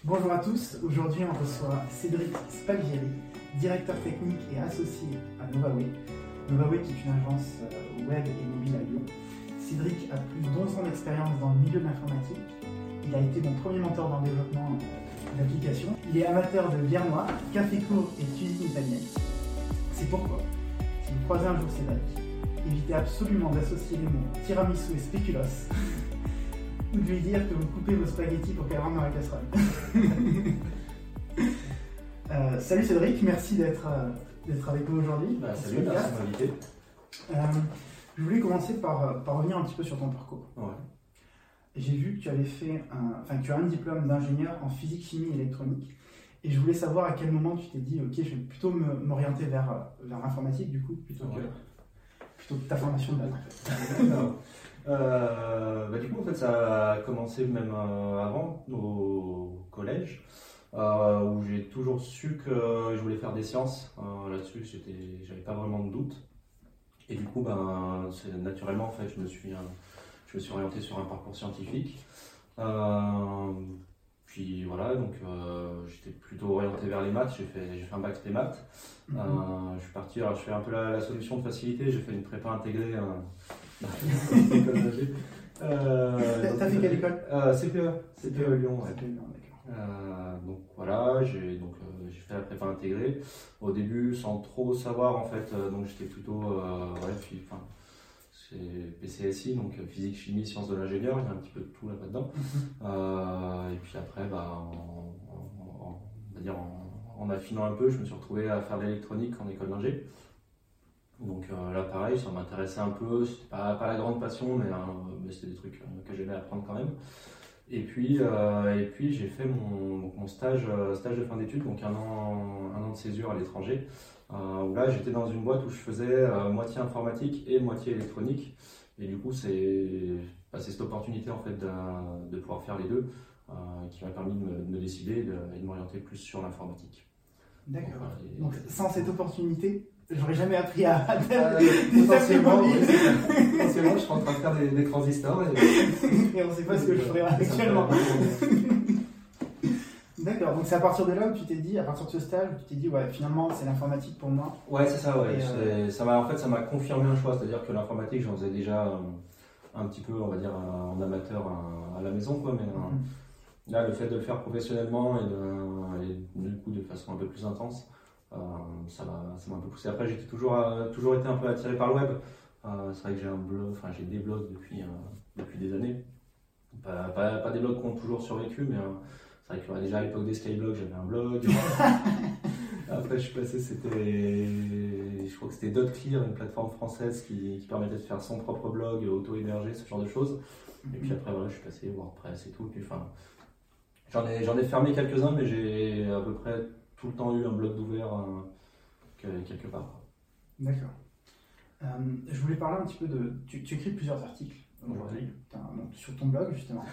Bonjour à tous, aujourd'hui on reçoit Cédric Spalvieri, directeur technique et associé à Novaway. Novaway qui est une agence web et mobile à Lyon. Cédric a plus d'11 ans d'expérience dans le milieu de l'informatique. Il a été mon premier mentor dans le développement d'applications. Il est amateur de bière noire, café court et cuisine italienne. C'est pourquoi, si vous croisez un jour Cédric, évitez absolument d'associer les mots tiramisu et spéculoos ou de lui dire que vous coupez vos spaghettis pour qu'elle rentre dans la casserole. Salut Cédric, merci d'être avec nous aujourd'hui. Salut, merci de m'inviter. Je voulais commencer par revenir un petit peu sur ton parcours. Ouais. J'ai vu que tu avais tu as un diplôme d'ingénieur en physique, chimie et électronique. Et je voulais savoir à quel moment tu t'es dit, ok, je vais plutôt m'orienter vers l'informatique, du coup, plutôt que ta formation de base, en fait. Du coup, en fait, ça a commencé même avant, au collège, où j'ai toujours su que je voulais faire des sciences. Là-dessus, j'avais pas vraiment de doute. Et du coup, naturellement, en fait, je me suis orienté sur un parcours scientifique. Puis voilà, donc j'étais plutôt orienté vers les maths. J'ai fait un bac spé maths. Je suis parti, alors je fais un peu la solution de facilité. J'ai fait une prépa intégrée. École d'ingé. T'as fait quelle école? CPE Lyon. Ouais. CPE Lyon, d'accord. Donc voilà, j'ai fait la prépa intégrée. Au début, sans trop savoir en fait, donc j'étais plutôt c'est PCSI, donc physique, chimie, sciences de l'ingénieur. Il y a un petit peu de tout là-dedans. Et puis après, en affinant un peu, je me suis retrouvé à faire de l'électronique en école d'ingé. Donc là, pareil, ça m'intéressait un peu. C'était pas la grande passion, mais c'était des trucs que j'aimais apprendre quand même. Et puis j'ai fait mon stage de fin d'études, donc un an de césure à l'étranger, où là j'étais dans une boîte où je faisais moitié informatique et moitié électronique. Et du coup, c'est cette opportunité en fait de pouvoir faire les deux qui m'a permis de me décider et de m'orienter plus sur l'informatique. D'accord. Donc sans cette opportunité, j'aurais jamais appris à potentiellement, je suis en train de faire des transistors et on ne sait pas ce que je ferai actuellement. D'accord, donc c'est à partir de là où tu t'es dit, à partir de ce stage, où tu t'es dit, ouais, finalement c'est l'informatique pour moi. Ouais, c'est ça, ouais. Ça m'a confirmé un choix, c'est-à-dire que l'informatique, j'en faisais déjà un petit peu, on va dire, en amateur à la maison, quoi, mais là, le fait de le faire professionnellement et du coup de façon un peu plus intense, ça m'a un peu poussé. Après, j'ai toujours été un peu attiré par le web. C'est vrai que j'ai des blogs depuis des années. Pas des blogs qui ont toujours survécu, mais c'est vrai que déjà à l'époque des Skyblogs, j'avais un blog. Après, je suis passé, je crois que c'était DotClear, une plateforme française qui permettait de faire son propre blog, auto-hébergé, ce genre de choses. Et puis après, voilà, je suis passé WordPress et tout. Puis, j'en ai fermé quelques-uns, mais j'ai à peu près tout le temps eu un blog d'ouvert quelque part. D'accord. Je voulais parler un petit peu de... Tu écris plusieurs articles aujourd'hui, sur ton blog justement.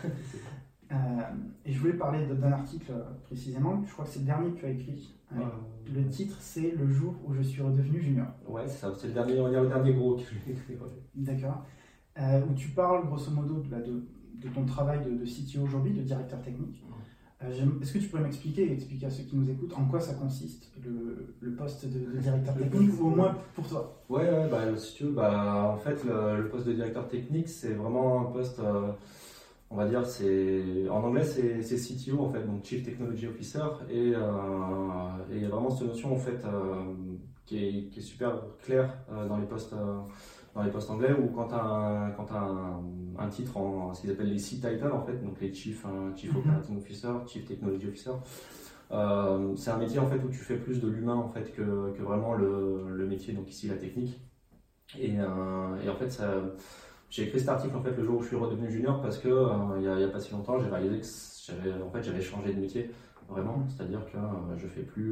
Et je voulais parler d'un article précisément, je crois que c'est le dernier que tu as écrit. Le titre c'est « Le jour où je suis redevenu junior ». Ouais, c'est ça, c'est le dernier gros que j'ai écrit. Ouais. D'accord. Où tu parles grosso modo de ton travail de CTO aujourd'hui, de directeur technique. Est-ce que tu pourrais m'expliquer et expliquer à ceux qui nous écoutent en quoi ça consiste le poste de directeur technique, ou au moins pour toi? Ouais, si tu veux, en fait le poste de directeur technique c'est vraiment un poste, on va dire, en anglais c'est CTO en fait, donc Chief Technology Officer, et il y a vraiment cette notion en fait qui est super claire dans les postes anglais, où quand tu as un titre en ce qu'ils appellent les C-titles en fait, donc les Chief Operating Officer, Chief Technology Officer, c'est un métier en fait où tu fais plus de l'humain en fait que vraiment le métier, donc ici la technique. Et en fait j'ai écrit cet article en fait le jour où je suis redevenu junior, parce que il y a pas si longtemps j'ai réalisé que j'avais changé de métier vraiment, c'est-à-dire que je fais plus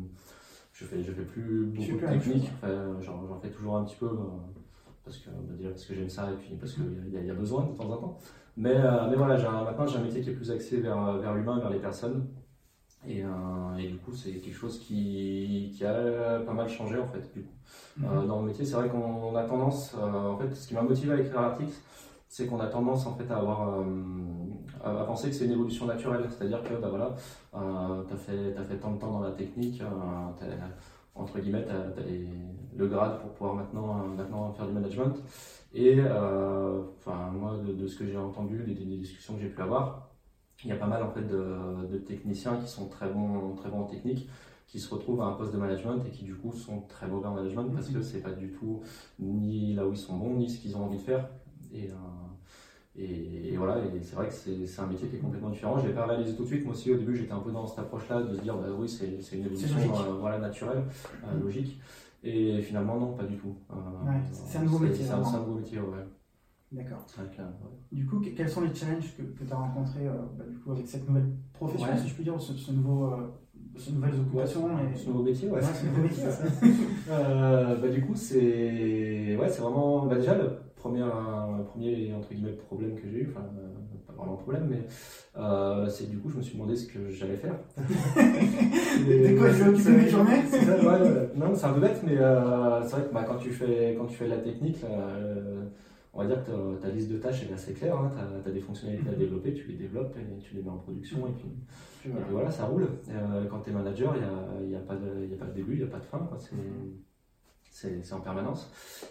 beaucoup de technique, j'en fais toujours un petit peu. Parce que j'aime ça, et puis parce qu'il y a besoin de temps en temps. Mais voilà, maintenant j'ai un métier qui est plus axé vers l'humain, vers les personnes. Et du coup, c'est quelque chose qui a pas mal changé en fait. Du coup. Dans le métier, c'est vrai qu'on a tendance, en fait, ce qui m'a motivé à écrire l'article, c'est qu'on a tendance en fait à penser que c'est une évolution naturelle, c'est-à-dire que bah voilà, t'as fait tant de temps dans la technique, entre guillemets, t'as le grade pour pouvoir maintenant faire du management. Et moi, de ce que j'ai entendu, des discussions que j'ai pu avoir, il y a pas mal en fait de techniciens qui sont très bons en technique, qui se retrouvent à un poste de management et qui du coup sont très mauvais en management parce que c'est pas du tout ni là où ils sont bons, ni ce qu'ils ont envie de faire. Et voilà, et c'est vrai que c'est un métier qui est complètement différent. Je l'ai pas réalisé tout de suite. Moi aussi, au début, j'étais un peu dans cette approche-là de se dire, bah oui, c'est une évolution naturelle, logique. Et finalement, non, pas du tout. C'est un nouveau métier. C'est un nouveau métier, ouais. D'accord. Ouais. Du coup, quels sont les challenges que tu as rencontrés du coup, avec cette nouvelle profession, si je puis dire, ces nouvelles occupations ce nouveau métier, ouais. Ce nouveau métier, du coup, c'est vraiment déjà le premier entre guillemets problème que j'ai eu, enfin pas vraiment problème, mais c'est du coup je me suis demandé ce que j'allais faire. De quoi je vais occuper mes journées? Non, c'est un peu bête, mais c'est vrai que quand tu fais de la technique, on va dire que ta liste de tâches est assez claire, hein. Tu as des fonctionnalités à développer, tu les développes et tu les mets en production et puis voilà, ça roule. Quand tu es manager, il n'y a pas de début, il n'y a pas de fin, quoi. C'est en permanence.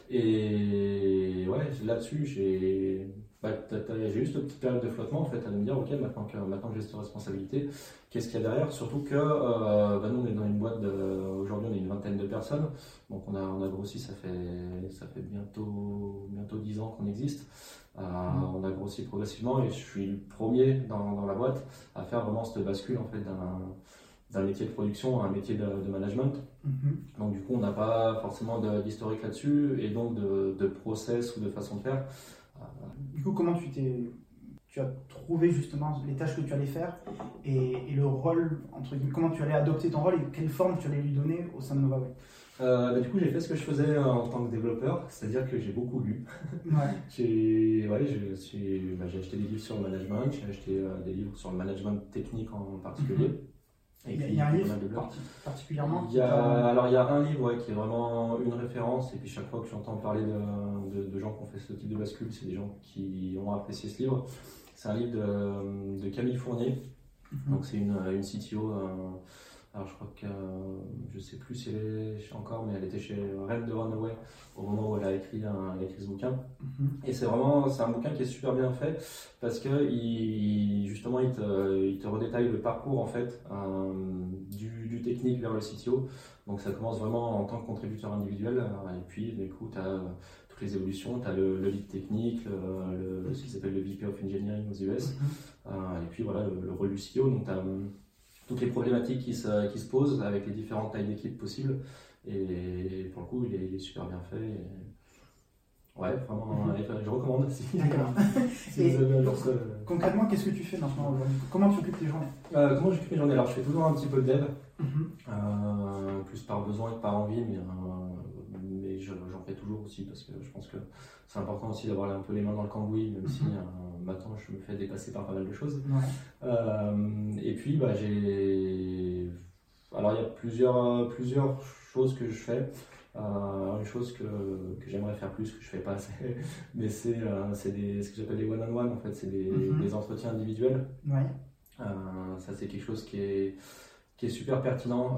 Et ouais, là-dessus, j'ai eu cette petite période de flottement en fait, à me dire, ok, maintenant que j'ai cette responsabilité, qu'est-ce qu'il y a derrière? Surtout que nous, on est dans une boîte, aujourd'hui, on est une vingtaine de personnes, donc on a grossi, ça fait bientôt 10 ans qu'on existe. On a grossi progressivement et je suis le premier dans la boîte à faire vraiment cette bascule en fait d'un métier de production à un métier de management. Donc du coup on n'a pas forcément d'historique là-dessus et donc de process ou de façon de faire. Du coup comment tu as trouvé justement les tâches que tu allais faire et le rôle, entre guillemets, comment tu allais adopter ton rôle et quelle forme tu allais lui donner au sein de Novaway? Du coup, j'ai fait ce que je faisais en tant que développeur, c'est-à-dire que j'ai beaucoup lu. Ouais. J'ai acheté des livres sur le management, j'ai acheté des livres sur le management technique en particulier. Il y a un livre particulièrement Alors il y a un livre qui est vraiment une référence, et puis chaque fois que j'entends parler de gens qui ont fait ce type de bascule, c'est des gens qui ont apprécié ce livre. C'est un livre de Camille Fournier, donc c'est une CTO. Alors je crois que, je sais plus si elle est encore, mais elle était chez Rent the Runaway au moment où elle a écrit ce bouquin. Et c'est un bouquin qui est super bien fait parce que justement il te redétaille le parcours en fait du technique vers le CTO. Donc ça commence vraiment en tant que contributeur individuel et puis du coup tu as toutes les évolutions, tu as le lead technique, ce qui s'appelle le VP of Engineering aux US, et puis voilà le rôle du CTO. Donc tu as toutes les problématiques qui se posent avec les différentes tailles d'équipe possibles et pour le coup il est super bien fait ouais vraiment je recommande si vous avez un jour concrètement qu'est-ce que tu fais maintenant aujourd'hui? Comment tu occupes tes journées? Comment j'occupe mes journées? Alors je fais toujours un petit peu de dev, plus par besoin que par envie, mais j'en fais toujours aussi parce que je pense que c'est important aussi d'avoir un peu les mains dans le cambouis, même si maintenant je me fais dépasser par pas mal de choses. Et puis alors il y a plusieurs choses que je fais. Une chose que j'aimerais faire plus, que je fais pas assez, mais c'est ce que j'appelle des one-on-one en fait, c'est des entretiens individuels. Ça c'est quelque chose qui est super pertinent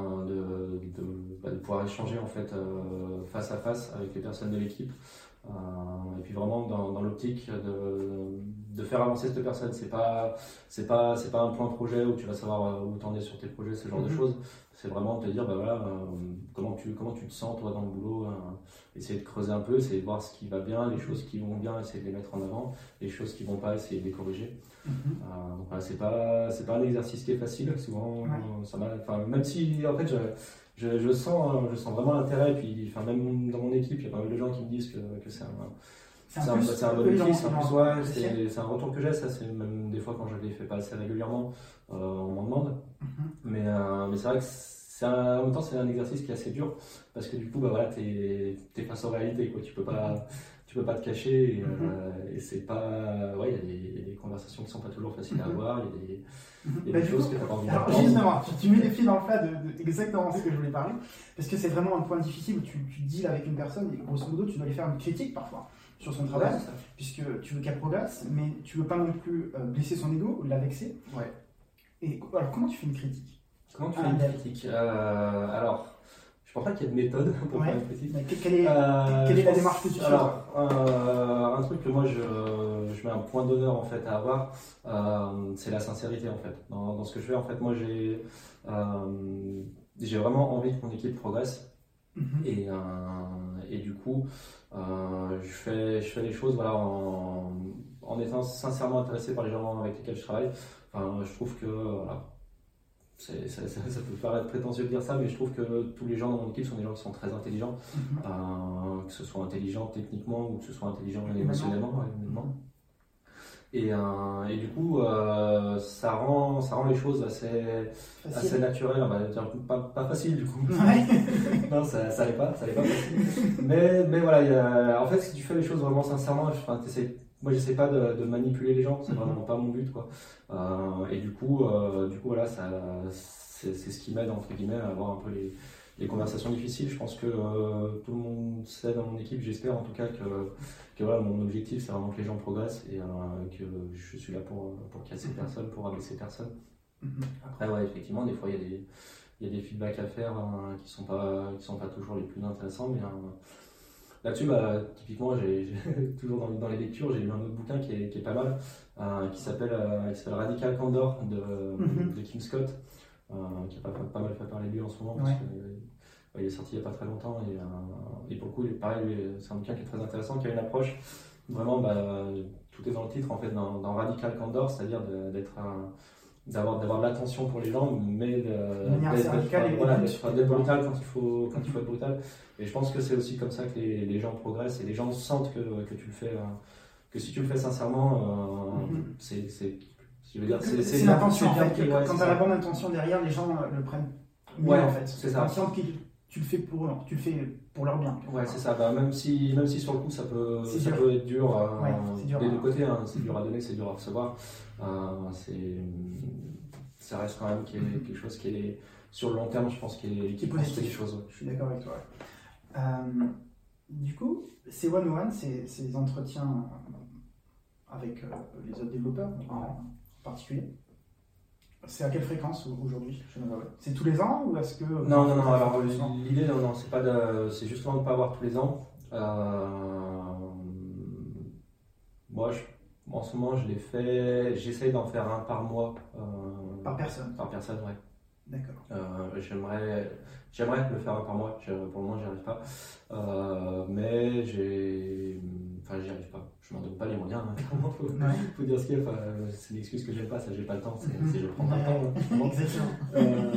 de pouvoir échanger en fait face à face avec les personnes de l'équipe. Et puis vraiment dans l'optique de faire avancer cette personne. C'est pas un point projet où tu vas savoir où t'en es sur tes projets, ce genre de choses. C'est vraiment de te dire comment tu te sens toi dans le boulot, essayer de creuser un peu, essayer de voir ce qui va bien, les choses qui vont bien, essayer de les mettre en avant, les choses qui vont pas, essayer de les corriger. Donc voilà, c'est pas un exercice qui est facile, souvent même si en fait je sens vraiment l'intérêt, et puis même dans mon équipe il y a pas mal de gens qui me disent que c'est un bon outil, c'est un retour que j'ai, ça c'est même des fois quand je ne les fais pas assez régulièrement, on m'en demande. Mais c'est vrai que en même temps c'est un exercice qui est assez dur parce que du coup t'es face aux réalités, quoi. Tu peux pas te cacher et c'est pas il y a des conversations qui sont pas toujours faciles à avoir, il y a des choses que tu n'as pas envie d'entendre. Alors justement, tu mets les pieds dans le plat de exactement ce que je voulais parler, parce que c'est vraiment un point difficile où tu deals avec une personne et grosso modo tu dois lui faire une critique parfois. sur son travail, Ouais, c'est ça. puisque tu veux qu'elle progresse, mais tu veux pas non plus blesser son ego ou la vexer. Ouais. Et alors, comment tu fais une critique? Comment tu fais une critique? Alors, je pense pas qu'il y ait de méthode pour faire une critique. Mais quelle est la démarche que tu fais? Alors, un truc que moi je mets un point d'honneur en fait à avoir, c'est la sincérité en fait. Dans ce que je fais, en fait, moi j'ai vraiment envie que mon équipe progresse. Et du coup, je fais les choses voilà, en étant sincèrement intéressé par les gens avec lesquels je travaille. Enfin, je trouve que voilà, ça peut paraître prétentieux de dire ça, mais je trouve que tous les gens dans mon équipe sont des gens qui sont très intelligents, que ce soit intelligents techniquement ou que ce soit intelligents émotionnellement. Ouais, humainement. Et du coup, ça rend les choses assez naturelles. On va dire pas facile du coup. Ouais. Non, ça l'est pas facile. Mais voilà, en fait, si tu fais les choses vraiment sincèrement, moi j'essaie pas de manipuler les gens, c'est vraiment pas mon but quoi. Et du coup voilà, c'est ce qui m'aide entre guillemets à avoir un peu les conversations difficiles. Je pense que tout le monde sait dans mon équipe, j'espère en tout cas que voilà, mon objectif c'est vraiment que les gens progressent et que je suis là pour casser personne, pour abaisser personne. Après ouais, effectivement des fois il y a des feedbacks à faire qui sont pas toujours les plus intéressants, mais là-dessus typiquement j'ai toujours dans les lectures j'ai lu un autre bouquin qui est pas mal, qui s'appelle Radical Candor de Kim Scott, qui a pas mal fait parler de lui en ce moment parce qu'il est sorti il n'y a pas très longtemps et pour le coup pareil c'est un bouquin qui est très intéressant, qui a une approche vraiment tout est dans le titre en fait, dans Radical Candor, c'est-à-dire d'avoir de l'attention pour les gens, mais d'être brutal quand il faut être brutal. Et je pense que c'est aussi comme ça que les gens progressent et les gens sentent que tu le fais, que si tu le fais sincèrement, c'est une intention en fait. Quand tu as la bonne intention derrière, les gens le prennent mieux en fait. C'est ça. Tu le fais pour eux, tu le fais pour leur bien. Ouais, c'est ça. Même si sur le coup ça peut être dur, des deux côtés, hein. C'est dur à donner, c'est dur à recevoir. Ça reste quand même quelque chose qui est sur le long terme, je pense, qui construit les choses. Ouais. Je suis d'accord avec toi. Du coup, ces one-on-one, ces entretiens avec les autres développeurs en particulier, c'est à quelle fréquence aujourd'hui? C'est tous les ans ou est-ce que... Non, alors l'idée, non, c'est justement de ne pas avoir tous les ans. Moi, en ce moment, j'essaye d'en faire un par mois. Par personne? Par personne, ouais. D'accord. J'aimerais le faire un par mois, pour le moment, j'y arrive pas. Mais j'y arrive pas. Je m'en donne pas les moyens, hein, clairement, faut dire ce qu'il y a. C'est une excuse que j'ai pas, ça j'ai pas le temps, c'est je prends pas le temps. Exactement.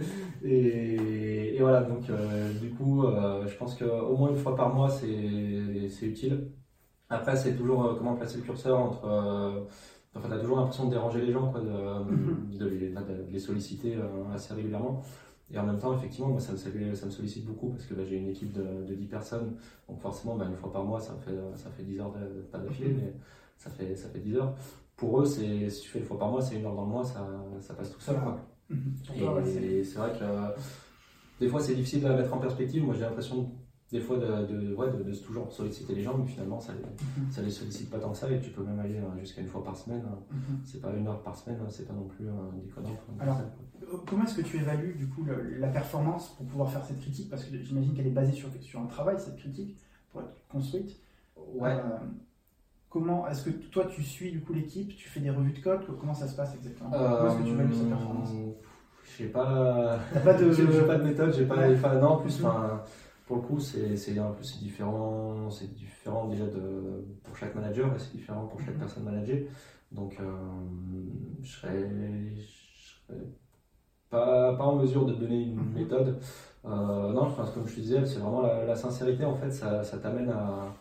Et voilà, donc du coup, je pense qu'au moins une fois par mois, c'est utile. Après, c'est toujours comment placer le curseur entre. Enfin, tu as toujours l'impression de déranger les gens, quoi, de les solliciter assez régulièrement. Et en même temps, effectivement, moi, ça me sollicite beaucoup parce que j'ai une équipe de 10 personnes. Donc forcément, une fois par mois, ça fait 10 heures, pas d'affilée, mais ça fait 10 heures. Pour eux, si tu fais une fois par mois, c'est 1 heure dans le mois, ça passe tout seul. Quoi. Et c'est vrai que des fois, c'est difficile de la mettre en perspective. Moi, j'ai l'impression des fois de toujours solliciter les gens, mais finalement ça les sollicite pas tant que ça, et tu peux même aller jusqu'à 1 fois par semaine. C'est pas 1 heure par semaine, c'est pas non plus déconnant. Alors, comment est-ce que tu évalues du coup la performance pour pouvoir faire cette critique? Parce que j'imagine qu'elle est basée sur un travail, cette critique, pour être construite. Ouais. Comment est-ce que toi tu suis du coup l'équipe, tu fais des revues de code, comment ça se passe exactement? Comment est-ce que tu évalues cette performance? J'ai pas de méthode, j'ai pas non, en plus pour le coup, c'est différent déjà pour chaque manager et c'est différent pour chaque personne managée. Donc, je serais pas en mesure de donner une méthode. Non, comme je te disais, c'est vraiment la sincérité. En fait, ça t'amène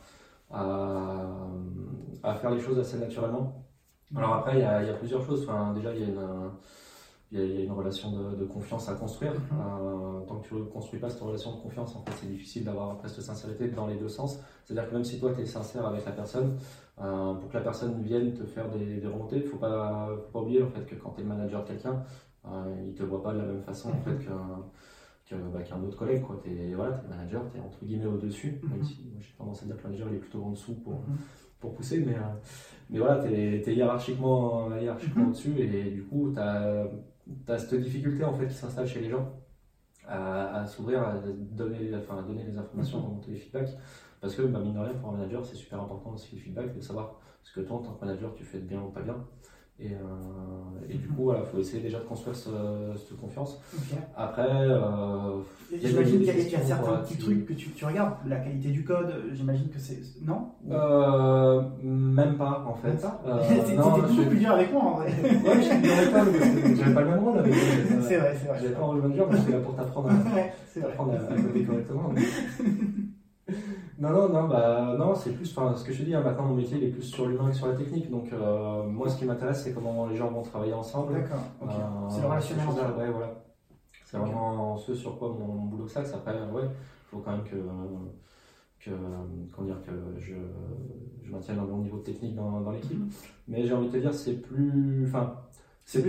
à faire les choses assez naturellement. Alors après, il y a plusieurs choses. Déjà, il y a une relation de confiance à construire. Tant que tu ne construis pas cette relation de confiance, en fait, c'est difficile d'avoir après cette sincérité dans les deux sens. C'est-à-dire que même si toi, tu es sincère avec la personne, pour que la personne vienne te faire des remontées, il ne faut pas oublier en fait, que quand tu es le manager de quelqu'un, il ne te voit pas de la même façon en fait, qu'un autre collègue, quoi. T'es manager, t'es entre guillemets au-dessus, même si moi, j'ai tendance à dire que le manager il est plutôt en dessous pour pousser, mais voilà, t'es hiérarchiquement au-dessus, et du coup, t'as cette difficulté en fait qui s'installe chez les gens à s'ouvrir, à donner les informations, à remonter les feedbacks, parce que mine de rien, pour un manager, c'est super important aussi le feedback, de savoir ce que toi, en tant que manager, tu fais de bien ou pas bien. Et du coup, il faut essayer déjà de construire cette confiance. Okay. Après, j'imagine qu'il y a certains petits trucs que tu regardes, la qualité du code, j'imagine que c'est... Non même pas, en fait. Même pas C'était beaucoup plus dur avec moi, en vrai. Ouais, je ne j'avais pas le même rôle avec toi. C'est vrai. J'avais pas un rôle manager, mais j'étais là pour t'apprendre à coder correctement. Non, c'est plus, ce que je te dis, maintenant mon métier il est plus sur l'humain que sur la technique, donc moi ce qui m'intéresse c'est comment les gens vont travailler ensemble. D'accord, okay. C'est le relationnel. Ouais, voilà. C'est vraiment ce sur quoi mon boulot s'axe. Après, il faut quand même que je maintienne un bon niveau de technique dans l'équipe, mais j'ai envie de te dire c'est plus, c'est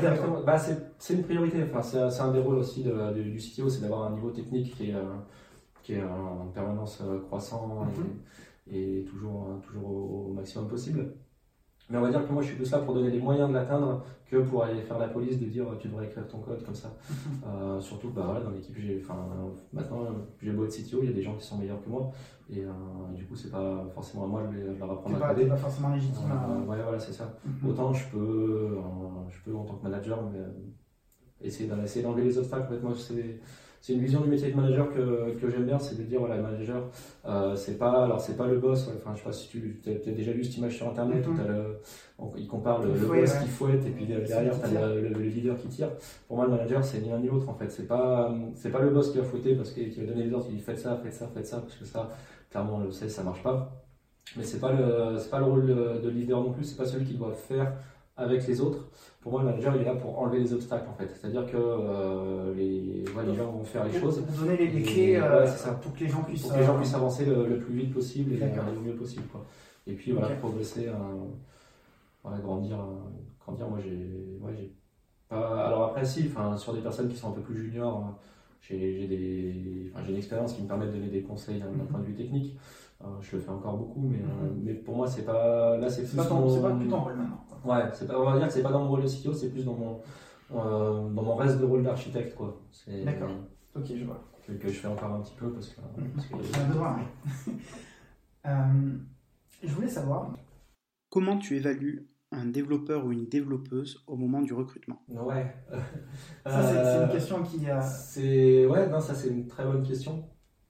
une priorité, c'est un des rôles aussi du CTO, c'est d'avoir un niveau technique qui est en permanence croissant et toujours au maximum possible. Mais on va dire que moi je suis plus là pour donner les moyens de l'atteindre que pour aller faire la police de dire tu devrais écrire ton code comme ça. Surtout que dans l'équipe, maintenant j'ai beau être CTO, il y a des gens qui sont meilleurs que moi et du coup c'est pas forcément à moi de leur apprendre à coder. C'est pas forcément légitime. Ouais, voilà, c'est ça. Autant je peux en tant que manager essayer d'enlever les obstacles. En fait, moi c'est une vision du métier de manager que j'aime bien, c'est de dire le manager, c'est pas le boss. Je sais pas si tu as déjà vu cette image sur internet où il compare le boss qui fouette et puis derrière tu as le leader qui tire. Pour moi, le manager, c'est ni l'un ni l'autre en fait. C'est pas le boss qui va fouetter parce qu'il va donner les ordres, il dit faites ça, parce que ça, clairement, on le sait, ça marche pas. Mais c'est pas le rôle de leader non plus, c'est pas celui qui doit faire avec les autres. Pour moi, le manager, il est là pour enlever les obstacles, en fait. C'est-à-dire que les gens vont faire les choses. Pour donner les clés pour que les gens puissent avancer le plus vite possible et le mieux possible, quoi. Et puis, progresser, grandir. Moi, j'ai pas... Alors après, sur des personnes qui sont un peu plus juniors, j'ai une expérience qui me permet de donner des conseils d'un point de vue technique. Je le fais encore beaucoup, mais pour moi, c'est pas... Là, c'est pas plus ton rôle maintenant. Ouais, on va dire que c'est pas dans mon rôle de CTO, c'est plus dans mon reste de rôle d'architecte, quoi. D'accord, ok, je vois. Que je fais encore un petit peu parce que j'en ai besoin, oui. Je voulais savoir comment tu évalues un développeur ou une développeuse au moment du recrutement. Ouais. Ça, c'est une question qui a... ça c'est une très bonne question.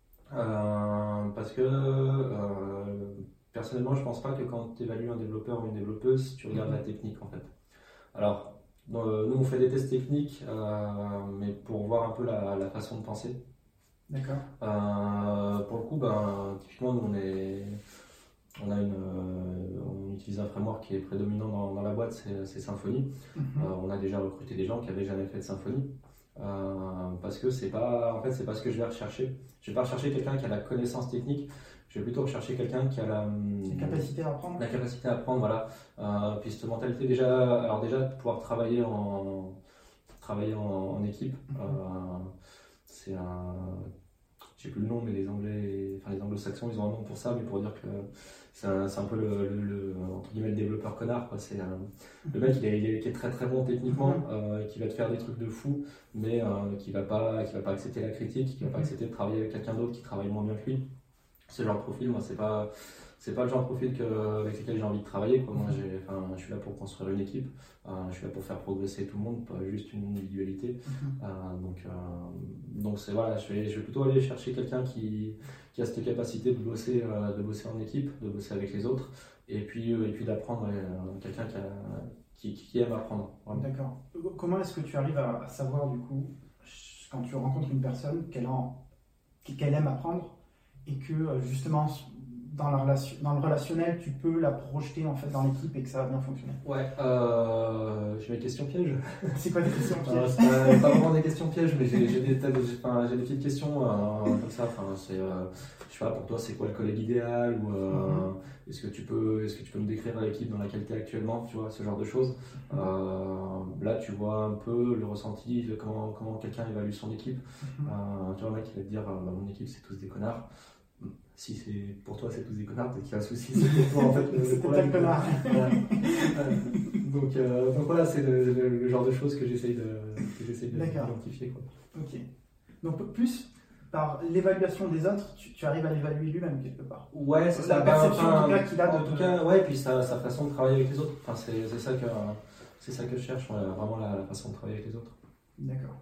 Parce que personnellement, je pense pas que quand tu évalues un développeur ou une développeuse, tu regardes la technique en fait. Alors, nous on fait des tests techniques, mais pour voir un peu la façon de penser. D'accord. Pour le coup, typiquement, nous on utilise un framework qui est prédominant dans la boîte, c'est Symfony. On a déjà recruté des gens qui n'avaient jamais fait de Symfony. Parce que c'est pas ce que je vais rechercher. Je vais pas rechercher quelqu'un qui a la connaissance technique, je vais plutôt rechercher quelqu'un qui a la capacité à apprendre. La capacité à apprendre, voilà. Puis cette mentalité déjà de pouvoir travailler en équipe. C'est j'ai plus le nom, mais les anglo-saxons ils ont un nom pour ça, mais pour dire que c'est un peu entre guillemets le développeur connard, quoi. C'est le mec qui est très très bon techniquement, qui va te faire des trucs de fou, mais qui va pas accepter la critique, qui va pas accepter de travailler avec quelqu'un d'autre qui travaille moins bien que lui. Ce genre de profil, moi c'est pas le genre de profil avec lequel j'ai envie de travailler, quoi. Moi je suis là pour construire une équipe, je suis là pour faire progresser tout le monde, pas juste une individualité. Donc c'est je vais plutôt aller chercher quelqu'un qui a cette capacité de bosser en équipe, de bosser avec les autres, et puis d'apprendre, quelqu'un qui aime apprendre. Vraiment. D'accord. Comment est-ce que tu arrives à savoir du coup, quand tu rencontres une personne, qu'elle aime apprendre et que justement dans le relationnel, tu peux la projeter en fait dans l'équipe et que ça va bien fonctionner. Ouais, j'ai mes questions pièges. C'est quoi tes questions pièges? C'est pas vraiment des questions pièges, mais j'ai des petites questions comme ça. Je sais pas, pour toi, c'est quoi le collègue idéal ou est-ce que tu peux me décrire l'équipe dans laquelle tu es actuellement, tu vois, ce genre de choses. Là, tu vois un peu le ressenti de comment quelqu'un évalue son équipe. Tu vois, un mec qui va te dire, mon équipe, c'est tous des connards. Si c'est pour toi, c'est tous des connards, peut-être qu'il y a un souci, c'est pour toi en fait le problème. Connard. Donc voilà, c'est le genre de choses que j'essaye d'identifier. Ok. Donc plus par l'évaluation des autres, tu arrives à l'évaluer lui-même quelque part. Ouais, c'est ça. La perception en tout cas qu'il a de. En tout cas, ouais, puis sa façon de travailler avec les autres. Enfin, c'est ça que je cherche, vraiment la façon de travailler avec les autres. D'accord.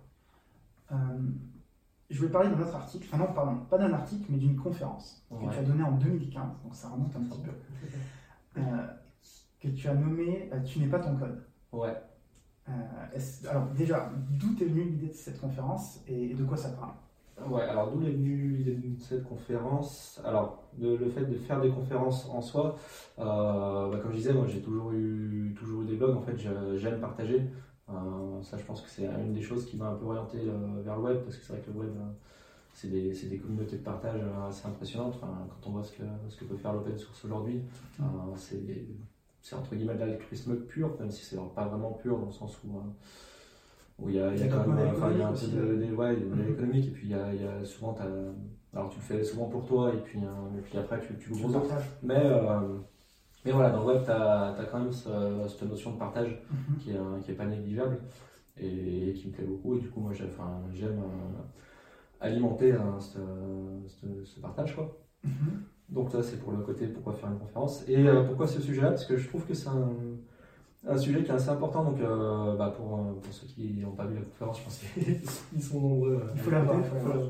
Je voulais parler d'un autre article, enfin non, pardon, pas d'un article, mais d'une conférence que tu as donnée en 2015, donc ça remonte un petit peu, que tu as nommée Tu n'es pas ton code. Ouais. Alors déjà, d'où est venue l'idée de cette conférence et de quoi ça parle? Ouais, alors d'où est venue l'idée de cette conférence? Alors, le fait de faire des conférences en soi, comme je disais, moi j'ai toujours eu des blogs, en fait j'aime partager. Ça, je pense que c'est une des choses qui m'a un peu orienté vers le web, parce que c'est vrai que le web, c'est des communautés de partage assez impressionnantes. Quand on voit ce que peut faire l'open source aujourd'hui, c'est entre guillemets de l'altruisme pur, même si c'est pas vraiment pur dans le sens où il y a quand même un peu de modèle économique, et puis il y a souvent, alors tu le fais souvent pour toi, et puis après tu l'ouvres aux autres. Mais voilà, dans le web, tu as quand même cette notion de partage qui est pas négligeable et qui me plaît beaucoup. Et du coup, moi, j'aime alimenter ce partage, quoi. Donc ça, c'est pour le côté pourquoi faire une conférence. Et pourquoi ce sujet-là? Parce que je trouve que c'est un sujet qui est assez important. Donc pour ceux qui n'ont pas vu la conférence, je pense qu'ils sont nombreux. Il faut la voir.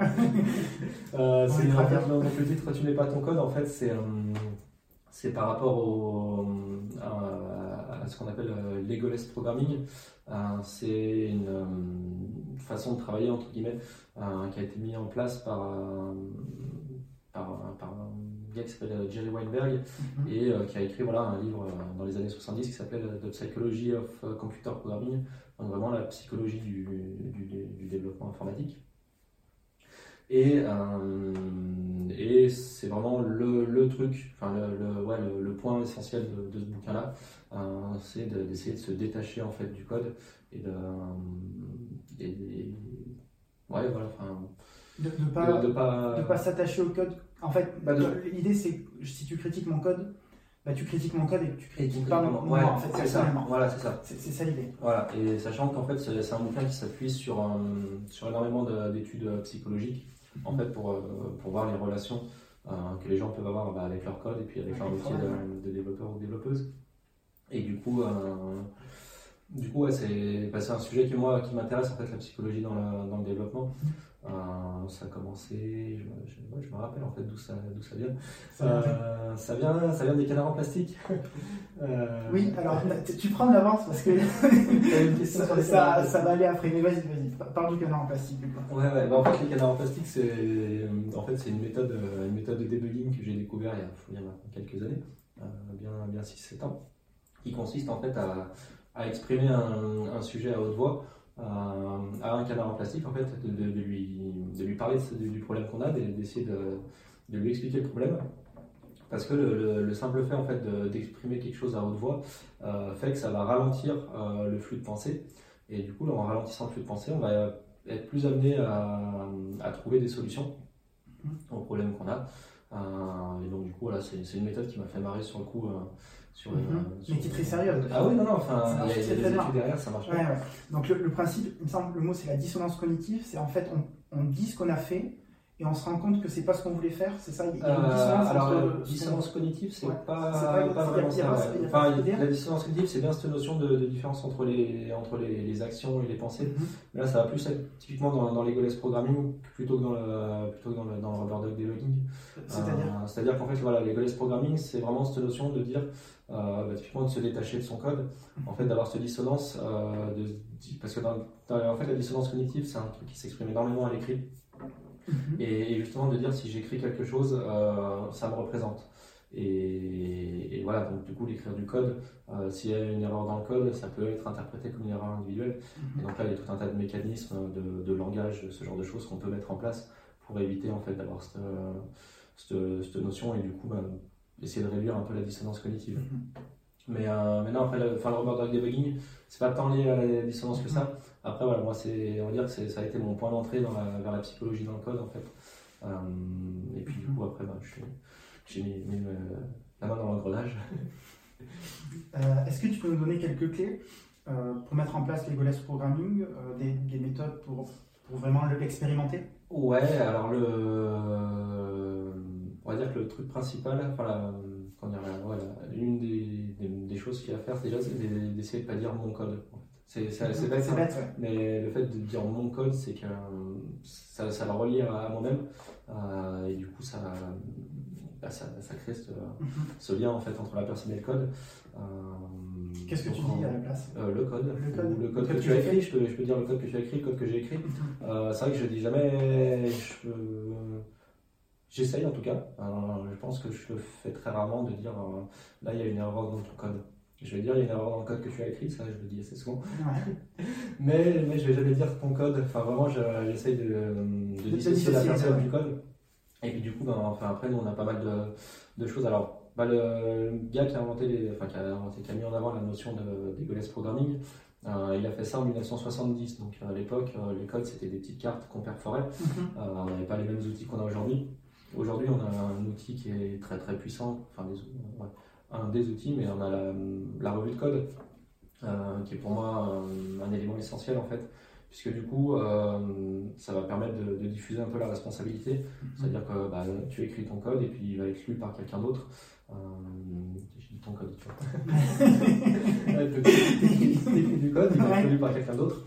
C'est donc le titre « Tu n'es pas ton code », en fait, c'est par rapport à ce qu'on appelle l'egoless programming. C'est une façon de travailler, entre guillemets, qui a été mise en place par un gars qui s'appelle Jerry Weinberg et qui a écrit un livre dans les années 70 qui s'appelle The Psychology of Computer Programming, donc vraiment la psychologie du développement informatique. Et c'est vraiment le truc, le point essentiel de ce bouquin-là, c'est d'essayer de se détacher en fait du code et de pas s'attacher au code. En fait, l'idée c'est si tu critiques mon code, tu critiques mon code et tu critiques pas mon ouais, en fait, c'est ça. Voilà, c'est ça. C'est ça l'idée. Voilà, et sachant qu'en fait c'est un bouquin qui s'appuie sur énormément d'études psychologiques, en fait pour voir les relations que les gens peuvent avoir avec leur code et puis avec leur métier de développeur ou de développeuse. Et du coup c'est un sujet qui m'intéresse, en fait, la psychologie dans le développement. Ça a commencé, je me rappelle en fait d'où ça vient. Ça vient des canards en plastique. Oui, alors tu prends de l'avance parce que ça va aller après. Mais vas-y, parle du canard en plastique. Ouais, en fait les canards en plastique c'est une méthode de debugging que j'ai découvert il y a maintenant quelques années, bien 6-7 ans, qui consiste en fait à exprimer un sujet à haute voix à un canard en plastique, en fait, de lui parler du problème qu'on a, d'essayer de lui expliquer le problème, parce que le simple fait en fait d'exprimer quelque chose à haute voix fait que ça va ralentir le flux de pensée, et du coup en ralentissant le flux de pensée on va être plus amené à trouver des solutions aux problèmes qu'on a, et donc du coup voilà, c'est une méthode qui m'a fait marrer sur le coup. Mais qui est très sérieuse. Ah oui, non, il y a des études derrière, ça marche. Ouais. Donc le principe, il me semble, le mot c'est la dissonance cognitive, c'est en fait on dit ce qu'on a fait et on se rend compte que c'est pas ce qu'on voulait faire, c'est ça? Il y a une dissonance. Alors la dissonance cognitive, c'est pas vraiment ça. La dissonance cognitive, c'est bien cette notion de différence entre les actions et les pensées. Mais là, ça va plus être typiquement dans l'egoless programming plutôt que dans le rubber duck debugging. C'est-à-dire qu'en fait, l'egoless programming, c'est vraiment cette notion de dire typiquement de se détacher de son code, en fait d'avoir cette dissonance, parce que en fait la dissonance cognitive, c'est un truc qui s'exprime énormément à l'écrit. Et justement de dire si j'écris quelque chose, ça me représente. Et voilà, donc du coup, l'écrire du code, s'il y a une erreur dans le code, ça peut être interprété comme une erreur individuelle. Et donc là, il y a tout un tas de mécanismes de langage, ce genre de choses qu'on peut mettre en place pour éviter en fait d'avoir cette notion et du coup essayer de réduire un peu la dissonance cognitive. Mais non, après, le rubber duck debugging, c'est pas tant lié à la dissonance que ça. Après, voilà, moi, on va dire que ça a été mon point d'entrée vers la psychologie dans le code, en fait. Et puis, du coup, après, j'ai mis la main dans l'engrenage. Est-ce que tu peux nous donner quelques clés pour mettre en place les goalless programming, des méthodes pour vraiment l'expérimenter? Ouais, alors on va dire que le truc principal, une des choses qu'il y a à faire, déjà, c'est d'essayer de ne pas dire mon code. C'est bête, hein, ouais. Mais le fait de dire mon code, c'est que ça le relie à moi-même, et du coup, ça crée ce lien en fait entre la personne et le code. Qu'est-ce que tu dis à la place? Le code que tu as écrit, je peux dire le code que tu as écrit, le code que j'ai écrit. C'est vrai que je dis jamais. J'essaye en tout cas. Je pense que je le fais très rarement de dire là il y a une erreur dans ton code. Je vais dire il y a une erreur dans le code que tu as écrit, ça je le dis assez souvent. Ouais. mais je vais jamais dire ton code. Enfin vraiment j'essaye de dissocier la personne du code. Et puis du coup après nous on a pas mal de choses. Alors le gars qui a mis en avant la notion des goalless programming, il a fait ça en 1970. Donc à l'époque les codes c'était des petites cartes qu'on perforait. On n'avait pas les mêmes outils qu'on a aujourd'hui. Aujourd'hui, on a un outil qui est très très puissant, un des outils, mais on a la revue de code, qui est pour moi un élément essentiel en fait, puisque du coup, ça va permettre de diffuser un peu la responsabilité, c'est-à-dire que tu écris ton code et puis il va être lu par quelqu'un d'autre. J'ai dit ton code, tu vois. Tu écris du code, il va être lu par quelqu'un d'autre,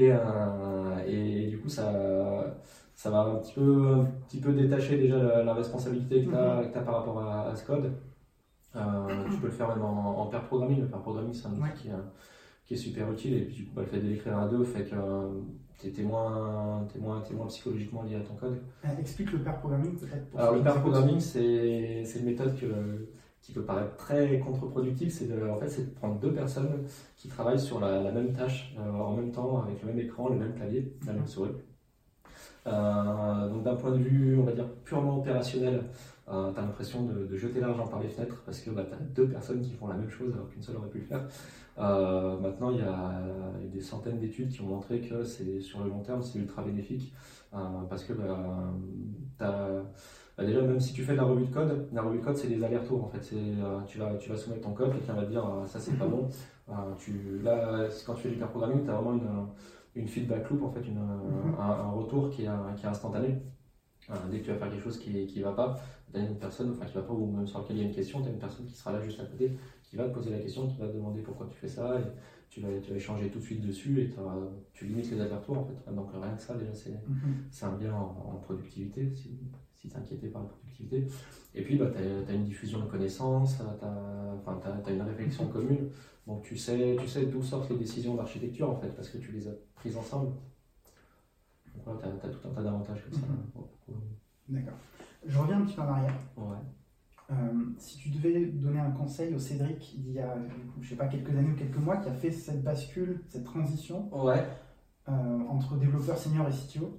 et du coup, ça va un petit peu détacher déjà la responsabilité que tu as par rapport à ce code. Tu peux le faire même en pair programming. Le pair programming, c'est un outil qui est super utile. Et puis, du coup, le fait de l'écrire à deux fait que tu es moins psychologiquement lié à ton code. Explique le pair programming peut-être. Alors, le pair programming, c'est une méthode qui peut paraître très contre-productive. C'est de prendre deux personnes qui travaillent sur la même tâche en même temps, avec le même écran, le même clavier, la même souris. Donc d'un point de vue, on va dire, purement opérationnel, tu as l'impression de jeter l'argent par les fenêtres parce que tu as deux personnes qui font la même chose alors qu'une seule aurait pu le faire. Maintenant, il y a des centaines d'études qui ont montré que sur le long terme, c'est ultra bénéfique parce que déjà, même si tu fais de la revue de code, c'est des allers-retours en fait. Tu vas soumettre ton code, quelqu'un va te dire ça c'est pas bon. Quand tu fais du pair programming, tu as vraiment une feedback loop, en fait, un retour qui est instantané. Dès que tu vas faire quelque chose qui va pas, tu as une personne, qui va pas, ou même sur laquelle il y a une question, tu as une personne qui sera là juste à côté, qui va te poser la question, qui va te demander pourquoi tu fais ça, et tu vas échanger tout de suite dessus, et tu limites les allers-retours en fait. Donc rien que ça, déjà, c'est un bien en productivité, si tu es inquiété par la productivité. Et puis, tu as une diffusion de connaissances, tu as une réflexion commune. Donc tu sais d'où sortent les décisions d'architecture en fait, parce que tu les as prises ensemble. Donc voilà, tu as tout un tas d'avantages comme ça. D'accord. Je reviens un petit peu en arrière. Ouais. Si tu devais donner un conseil au Cédric il y a, je sais pas, quelques années ou quelques mois, qui a fait cette bascule, cette transition entre développeur senior et CTO,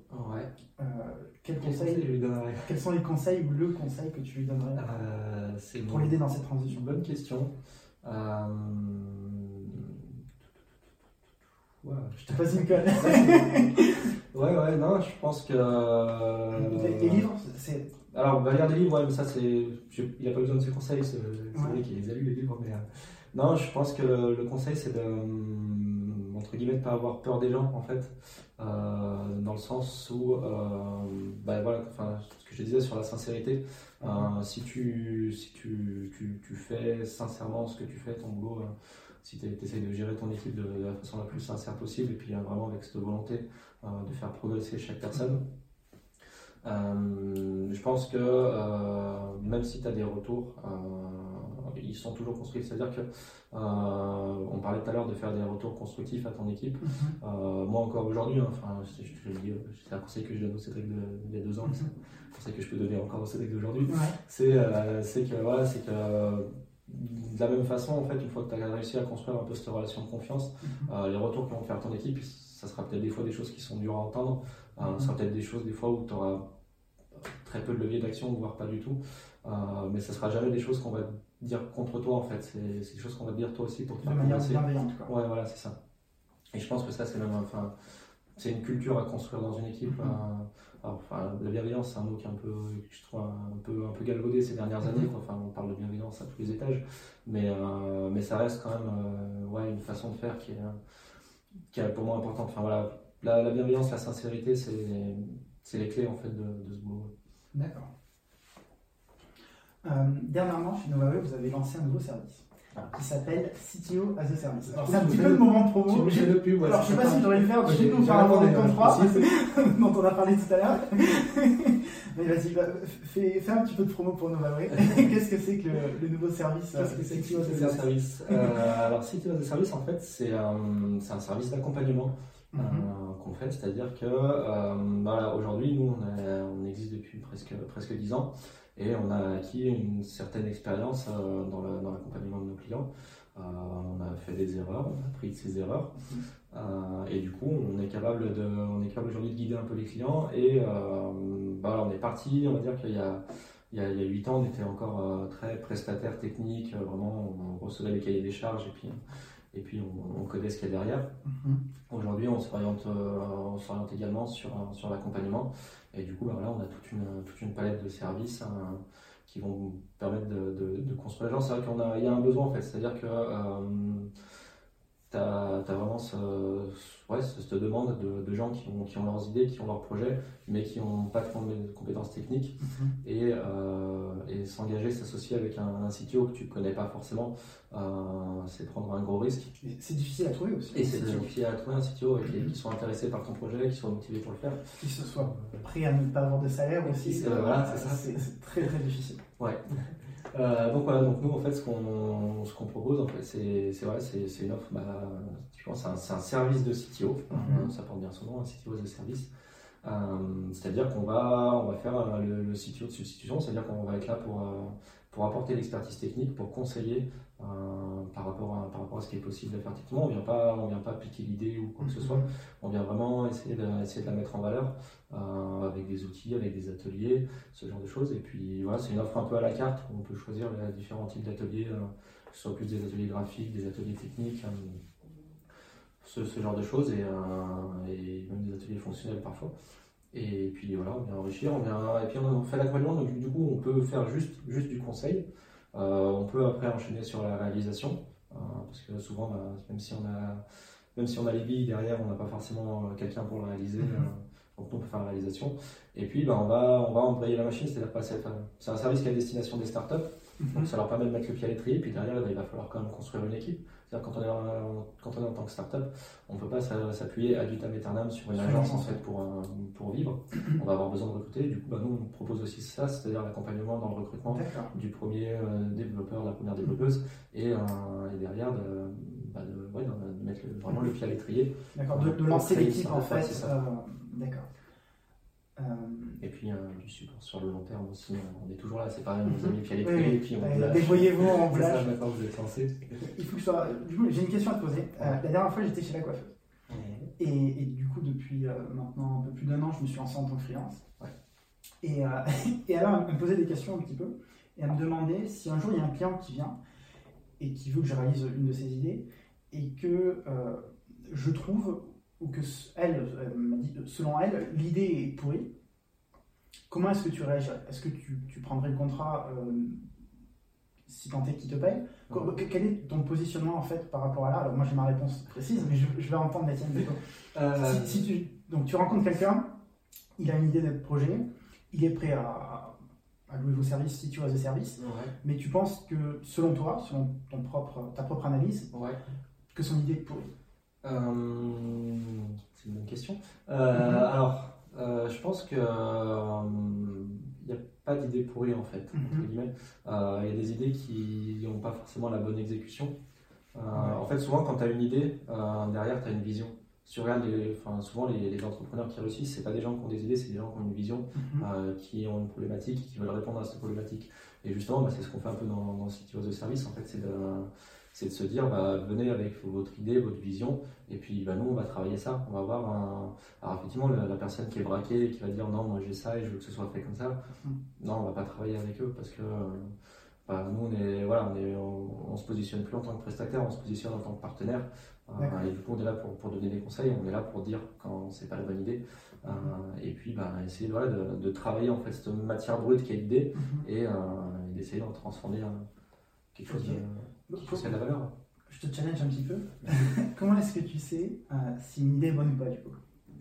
quels sont les conseils ou le conseil que tu lui donnerais pour l'aider dans cette transition? Bonne question. Je te pose une colle. Ouais, non, je pense que. Les livres, c'est. Alors, lire des livres, mais ça, il n'a pas besoin de ses conseils, c'est vrai qu'il les a lus, les livres, mais. Non, je pense que le conseil, c'est entre guillemets, de ne pas avoir peur des gens, en fait, dans le sens où, ce que je disais sur la sincérité, si tu fais sincèrement ce que tu fais, ton boulot, si tu essaies de gérer ton équipe de la façon la plus sincère possible, et puis vraiment avec cette volonté de faire progresser chaque personne, je pense que même si tu as des retours ils sont toujours construits. C'est-à-dire que on parlait tout à l'heure de faire des retours constructifs à ton équipe. Moi encore aujourd'hui, enfin, je te le dis, c'est un conseil que je donne au Cédric il y a 2 ans, c'est un conseil que je peux donner encore au Cédric d'aujourd'hui. C'est que voilà, c'est que de la même façon, en fait, une fois que tu as réussi à construire un peu cette relation de confiance, les retours que vont faire ton équipe, ça sera peut-être des fois des choses qui sont dures à entendre, ça sera peut-être des choses des fois où tu auras très peu de levier d'action, voire pas du tout, mais ça sera jamais des choses qu'on va dire contre toi en fait, c'est des choses qu'on va te dire toi aussi pour te faire progresser. De manière bienveillante, quoi. Ouais, voilà, c'est ça. Et je pense que ça, c'est même, enfin, c'est une culture à construire dans une équipe. Enfin, la bienveillance, c'est un mot qui est un peu, je trouve un peu galvaudé ces dernières années, quoi. Enfin, on parle de bienveillance à tous les étages, mais ça reste quand même ouais, une façon de faire qui est pour moi importante. Enfin, voilà, la bienveillance, la sincérité, c'est les clés en fait de ce mot. D'accord. Dernièrement, chez Novaway, vous avez lancé un nouveau service qui s'appelle CTO as a Service. Alors, c'est un petit peu le moment de promo. Je ne sais pas si j'aurais le faire, tu peux nous faire un moment de contrat dont on a parlé tout à l'heure. Mais vas-y, fais un petit peu de promo pour Novaway. Qu'est-ce que c'est que le nouveau service CTO as a Service? Alors, CTO as a Service, en fait, c'est un service d'accompagnement qu'on fait, c'est-à-dire que voilà, aujourd'hui, nous, on existe depuis presque 10 ans. Et on a acquis une certaine expérience dans l'accompagnement de nos clients. On a fait des erreurs, on a appris de ces erreurs. Et du coup, on est capable aujourd'hui de guider un peu les clients. Et on est parti, on va dire qu'il y a 8 ans, on était encore très prestataire technique. Vraiment, on recevait les cahiers des charges et puis on codait ce qu'il y a derrière. Aujourd'hui, on s'oriente également sur l'accompagnement. Et du coup, là, on a toute une palette de services qui vont vous permettre de construire les gens. C'est vrai qu'il y a un besoin en fait, c'est-à-dire que tu as vraiment cette demande de gens qui ont leurs idées, qui ont leurs projets, mais qui n'ont pas de compétences techniques. Et s'engager, s'associer avec un CTO que tu ne connais pas forcément, c'est prendre un gros risque. C'est difficile à trouver aussi. Et c'est difficile à trouver un CTO qui soit intéressé par ton projet, qui soit motivé pour le faire. Qui se soit prêt à ne pas avoir de salaire aussi. Voilà, c'est ça. C'est très très difficile. Ouais. Donc nous en fait ce qu'on propose en fait c'est une offre, c'est un service de CTO, ça porte bien son nom, un CTO as a Service. C'est-à-dire qu'on va faire le CTO de substitution, c'est-à-dire qu'on va être là pour apporter l'expertise technique, pour conseiller par rapport à ce qui est possible de faire techniquement. On vient pas piquer l'idée ou quoi que ce soit, on vient vraiment essayer de la mettre en valeur avec des outils, avec des ateliers, ce genre de choses. Et puis voilà, c'est une offre un peu à la carte où on peut choisir les différents types d'ateliers, que ce soit plus des ateliers graphiques, des ateliers techniques, ce genre de choses, et même des ateliers fonctionnels parfois. Et puis voilà, on vient enrichir, et puis on fait l'accompagnement, donc du coup on peut faire juste du conseil. On peut après enchaîner sur la réalisation, parce que souvent, même si on a les billes derrière, on n'a pas forcément quelqu'un pour le réaliser. Donc on peut faire la réalisation. Et puis on va embrayer la machine, c'est-à-dire que c'est un service qui est à destination des startups. Donc ça leur permet de mettre le pied à l'étrier, puis derrière il va falloir quand même construire une équipe. C'est-à-dire quand on est en tant que startup, on ne peut pas s'appuyer ad vitam aeternam sur une agence en fait pour vivre. On va avoir besoin de recruter. Du coup, nous on propose aussi ça, c'est-à-dire l'accompagnement dans le recrutement du premier développeur, de la première développeuse, et derrière de mettre vraiment le pied à l'étrier. D'accord, de lancer l'équipe en fait. D'accord. Et puis du support sur le long terme aussi, on est toujours là, c'est pareil, on nous a mis le pied à l'étrier et puis on lâche. Débrouillez-vous en blâche. Ça, maintenant vous êtes lancé. Il faut que je sois... Du coup, j'ai une question à te poser. La dernière fois, j'étais chez la coiffeuse. Et du coup, depuis maintenant un peu plus d'1 an, je me suis lancé en tant que freelance. Et alors, elle me posait des questions un petit peu, et elle me demandait si un jour il y a un client qui vient et qui veut que je réalise une de ses idées, et que je trouve, ou que elle m'a dit, selon elle, l'idée est pourrie. Comment est-ce que tu réagirais? Est-ce que tu prendrais le contrat si tant est qu'il te paye? Quel est ton positionnement en fait par rapport à là? Alors moi j'ai ma réponse précise, mais je vais entendre la tienne plutôt. Donc tu rencontres quelqu'un, il a une idée de projet, il est prêt à louer vos services, CTO as a Service, mais tu penses que selon toi, selon ta propre analyse, que son idée est pourrie? C'est une bonne question. Alors, je pense que il y a pas d'idées pourries en fait, entre guillemets. Il y a des idées qui n'ont pas forcément la bonne exécution. En fait, souvent, quand tu as une idée, derrière, tu as une vision. Si tu regardes souvent les entrepreneurs qui réussissent, c'est pas des gens qui ont des idées, c'est des gens qui ont une vision, qui ont une problématique et qui veulent répondre à cette problématique. Et justement, c'est ce qu'on fait un peu dans City of the Service, en fait, c'est de se dire, venez avec votre idée, votre vision, et puis nous, on va travailler ça. On va avoir Alors, effectivement, la personne qui est braquée, qui va dire, non, moi j'ai ça et je veux que ce soit fait comme ça, non, on va pas travailler avec eux parce que nous, on se positionne plus en tant que prestataire, on se positionne en tant que partenaire. Et du coup, on est là pour donner des conseils, on est là pour dire quand c'est pas la bonne idée. Et puis, essayer de travailler en fait cette matière brute qui est l'idée et d'essayer d'en transformer quelque chose qui a de la valeur. Je te challenge un petit peu. Comment est-ce que tu sais si une idée est bonne ou pas du coup?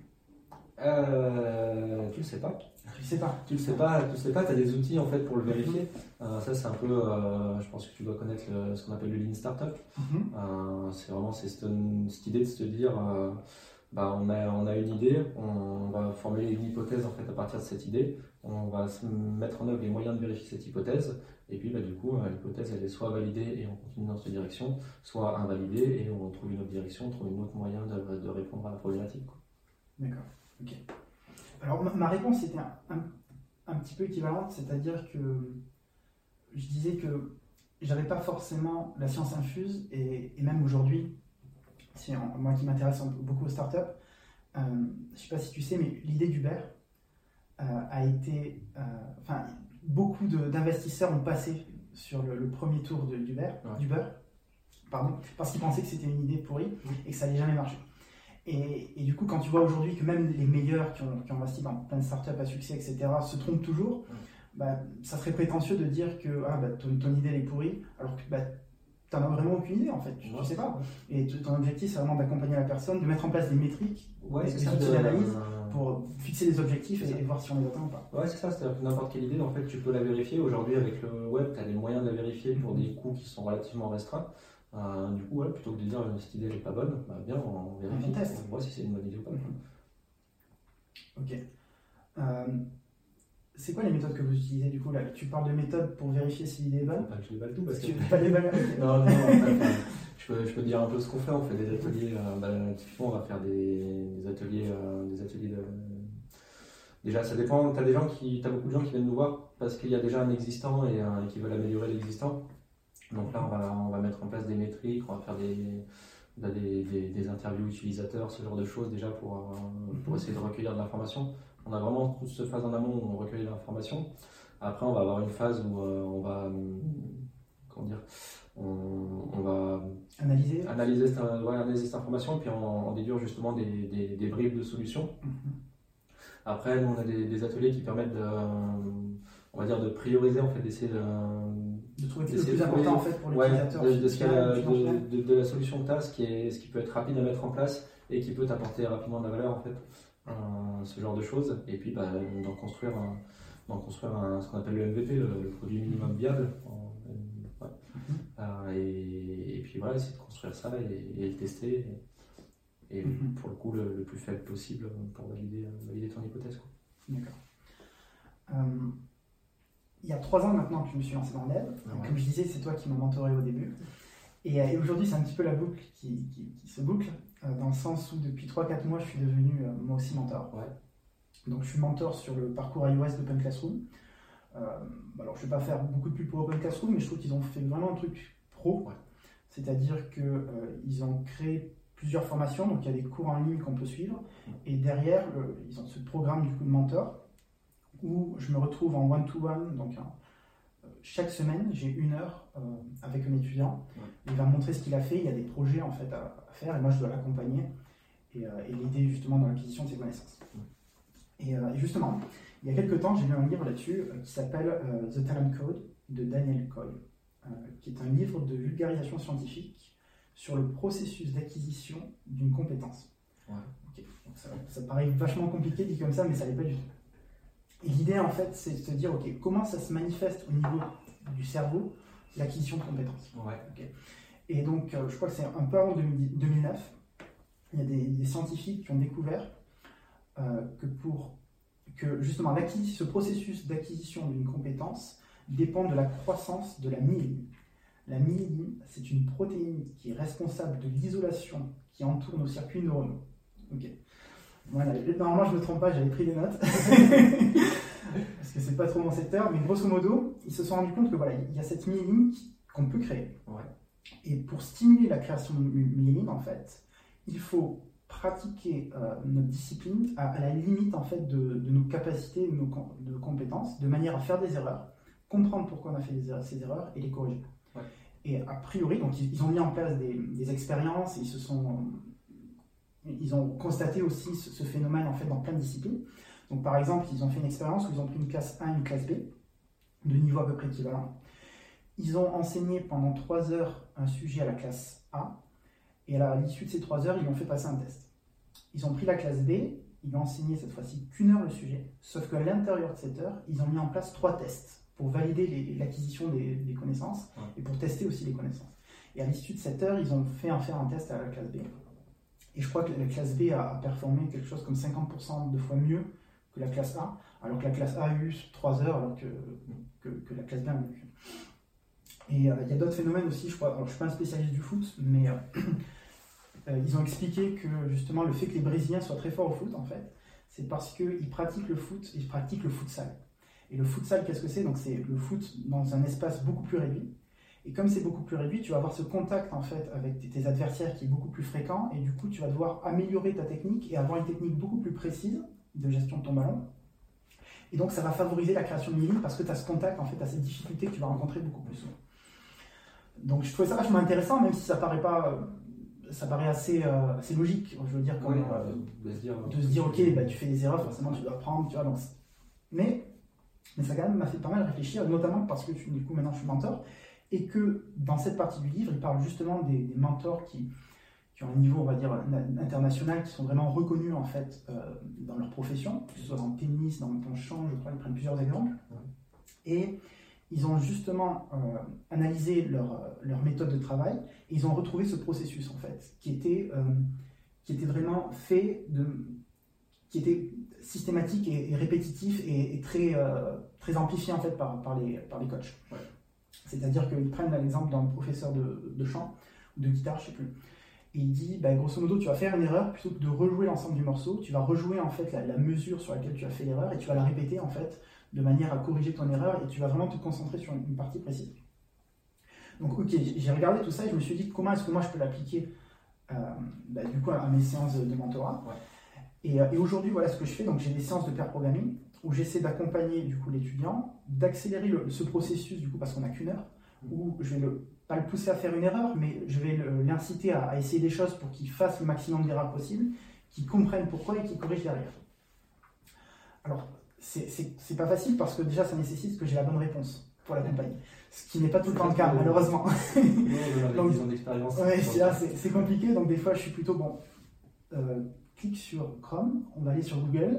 Tu le sais pas. Tu le sais pas, tu as des outils en fait pour le vérifier. Ça c'est un peu, je pense que tu dois connaître ce qu'on appelle le Lean Startup. C'est vraiment cette idée de se dire, on a une idée, on va former une hypothèse en fait à partir de cette idée, on va se mettre en œuvre les moyens de vérifier cette hypothèse, et puis du coup l'hypothèse elle est soit validée et on continue dans cette direction, soit invalidée et on trouve une autre direction, on trouve un autre moyen de répondre à la problématique. D'accord, ok. Alors ma réponse était un petit peu équivalente, c'est-à-dire que je disais que j'avais pas forcément la science infuse, et même aujourd'hui, moi qui m'intéresse beaucoup aux startups, je sais pas si tu sais, mais l'idée d'Uber a été... beaucoup d'investisseurs ont passé sur le premier tour d'Uber, parce qu'ils pensaient que c'était une idée pourrie et que ça n'allait jamais marcher. Et du coup, quand tu vois aujourd'hui que même les meilleurs qui ont investi dans plein de startups à succès, etc., se trompent toujours, ça serait prétentieux de dire que ton idée elle est pourrie, alors que tu n'en as vraiment aucune idée en fait, tu sais pas. Et ton objectif c'est vraiment d'accompagner la personne, de mettre en place des métriques, des outils d'analyse pour fixer des objectifs et voir si on les atteint ou pas. Ouais, c'est ça, c'est-à-dire que n'importe quelle idée, en fait, tu peux la vérifier. Aujourd'hui, avec le web, tu as des moyens de la vérifier pour des coûts qui sont relativement restreints. Du coup, plutôt que de dire cette idée n'est pas bonne, bien, on vérifie. On teste. On voit si c'est une bonne idée ou pas. Ok. C'est quoi les méthodes que vous utilisez du coup là? Tu parles de méthodes pour vérifier si l'idée est bonne? Je déballe tout parce que... Tu pas les valeurs. Non, je peux te dire un peu ce qu'on fait. On fait des ateliers. Typiquement, on va faire des ateliers de... Déjà, ça dépend. T'as beaucoup de gens qui viennent nous voir parce qu'il y a déjà un existant et qui veulent améliorer l'existant. Donc là, on va mettre en place des métriques, on va faire des interviews utilisateurs, ce genre de choses déjà pour essayer de recueillir de l'information. On a vraiment toute cette phase en amont où on recueille de l'information. Après, on va avoir une phase où on va analyser cette information et puis en déduire justement des bribes de solutions. Après, nous, on a des ateliers qui permettent de prioriser, en fait, d'essayer de trouver le plus important en fait pour l'utilisateur. De la solution que tu as, ce qui peut être rapide à mettre en place et qui peut t'apporter rapidement de la valeur, en fait. Ce genre de choses. Et puis, d'en construire ce qu'on appelle le MVP, le produit minimum viable. Et puis, voilà, essayer de construire ça et le tester. Et pour le coup, le plus faible possible pour valider ton hypothèse. D'accord. Il y a 3 ans maintenant que je me suis lancé dans le dev. Comme je disais, c'est toi qui m'as mentoré au début. Et aujourd'hui, c'est un petit peu la boucle qui se boucle, dans le sens où depuis 3-4 mois, je suis devenu moi aussi mentor. Donc je suis mentor sur le parcours iOS d'Open Classroom. Alors je ne vais pas faire beaucoup de pub pour Open Classroom, mais je trouve qu'ils ont fait vraiment un truc pro. C'est-à-dire qu'ils ont créé plusieurs formations, donc il y a des cours en ligne qu'on peut suivre. Et derrière, ils ont ce programme du coup de mentor, où je me retrouve en one-to-one, donc chaque semaine j'ai 1 heure avec un étudiant. Il va me montrer ce qu'il a fait, il y a des projets en fait à faire et moi je dois l'accompagner et l'aider justement dans l'acquisition de ses connaissances. Et justement, il y a quelques temps j'ai lu un livre là-dessus qui s'appelle The Talent Code de Daniel Coyle, qui est un livre de vulgarisation scientifique sur le processus d'acquisition d'une compétence. Okay. Donc ça paraît vachement compliqué dit comme ça, mais ça l'est pas du tout. Et l'idée, en fait, c'est de se dire, ok, comment ça se manifeste au niveau du cerveau, l'acquisition de compétences. Okay. Et donc, je crois que c'est un peu avant 2009, il y a des scientifiques qui ont découvert que pour que justement ce processus d'acquisition d'une compétence dépend de la croissance de la myéline. La myéline, c'est une protéine qui est responsable de l'isolation qui entoure nos circuits neuronaux. Ok. Voilà. Normalement, je ne me trompe pas, j'avais pris des notes. Parce que c'est pas trop mon secteur, mais grosso modo, ils se sont rendus compte que voilà, il y a cette myéline qu'on peut créer. Ouais. Et pour stimuler la création de myéline, en fait, il faut pratiquer notre discipline à la limite en fait de nos capacités, de compétences, de manière à faire des erreurs, comprendre pourquoi on a fait ces erreurs et les corriger. Ouais. Et a priori, donc ils ont mis en place des expériences, et ils ont constaté aussi ce phénomène en fait dans plein de disciplines. Donc par exemple, ils ont fait une expérience où ils ont pris une classe A et une classe B, de niveau à peu près équivalent. Ils ont enseigné pendant 3 heures un sujet à la classe A, et à l'issue de ces 3 heures, ils ont fait passer un test. Ils ont pris la classe B, ils ont enseigné cette fois-ci qu'1 heure le sujet, sauf qu'à l'intérieur de cette heure, ils ont mis en place 3 tests pour valider l'acquisition des connaissances et pour tester aussi les connaissances. Et à l'issue de cette heure, ils ont fait faire un test à la classe B. Et je crois que la classe B a performé quelque chose comme 50% de fois mieux que la classe A, alors que la classe A a eu 3 heures, alors que la classe B a eu. Et il y a d'autres phénomènes aussi, je crois. Alors, je ne suis pas un spécialiste du foot, mais ils ont expliqué que justement le fait que les Brésiliens soient très forts au foot, en fait, c'est parce qu'ils pratiquent le foot, ils pratiquent le futsal. Et le futsal, qu'est-ce que c'est? Donc c'est le foot dans un espace beaucoup plus réduit. Et comme c'est beaucoup plus réduit, tu vas avoir ce contact en fait avec tes adversaires qui est beaucoup plus fréquent, et du coup tu vas devoir améliorer ta technique et avoir une technique beaucoup plus précise de gestion de ton ballon. Et donc ça va favoriser la création de myéline parce que tu as ce contact, en fait, tu as cette difficulté que tu vas rencontrer beaucoup plus souvent. Donc je trouvais ça vachement intéressant, même si ça paraît assez logique, je veux dire, de se dire ok, bah, tu fais des erreurs, forcément tu dois apprendre, tu vois. Donc, mais ça quand même m'a fait pas mal réfléchir, notamment parce que du coup maintenant je suis mentor, et que dans cette partie du livre, il parle justement des mentors qui ont un niveau, on va dire, international, qui sont vraiment reconnus en fait dans leur profession, que ce soit dans le tennis, dans le chant, je crois, ils prennent plusieurs exemples. Et ils ont justement analysé leur méthode de travail, et ils ont retrouvé ce processus en fait, qui était vraiment fait qui était systématique et répétitif et très amplifié en fait par les coachs. Ouais. C'est-à-dire qu'ils prennent l'exemple d'un professeur de chant ou de guitare, je ne sais plus, et il dit, bah, grosso modo, tu vas faire une erreur, plutôt que de rejouer l'ensemble du morceau, tu vas rejouer en fait la mesure sur laquelle tu as fait l'erreur, et tu vas la répéter en fait de manière à corriger ton erreur, et tu vas vraiment te concentrer sur une partie précise. Donc ok, j'ai regardé tout ça et je me suis dit comment est-ce que moi je peux l'appliquer du coup à mes séances de mentorat. Ouais. Et aujourd'hui, voilà ce que je fais. Donc j'ai des séances de pair programming où j'essaie d'accompagner du coup l'étudiant, d'accélérer ce processus du coup parce qu'on n'a qu'1 heure, où je vais pas le pousser à faire une erreur, mais je vais l'inciter à essayer des choses pour qu'il fasse le maximum d'erreurs possible, qu'il comprenne pourquoi et qu'il corrige derrière. Alors c'est pas facile parce que déjà ça nécessite que j'ai la bonne réponse pour l'accompagner, ce qui n'est pas tout le temps le cas malheureusement. Donc, c'est compliqué, donc des fois je suis plutôt bon. Clique sur Chrome, on va aller sur Google,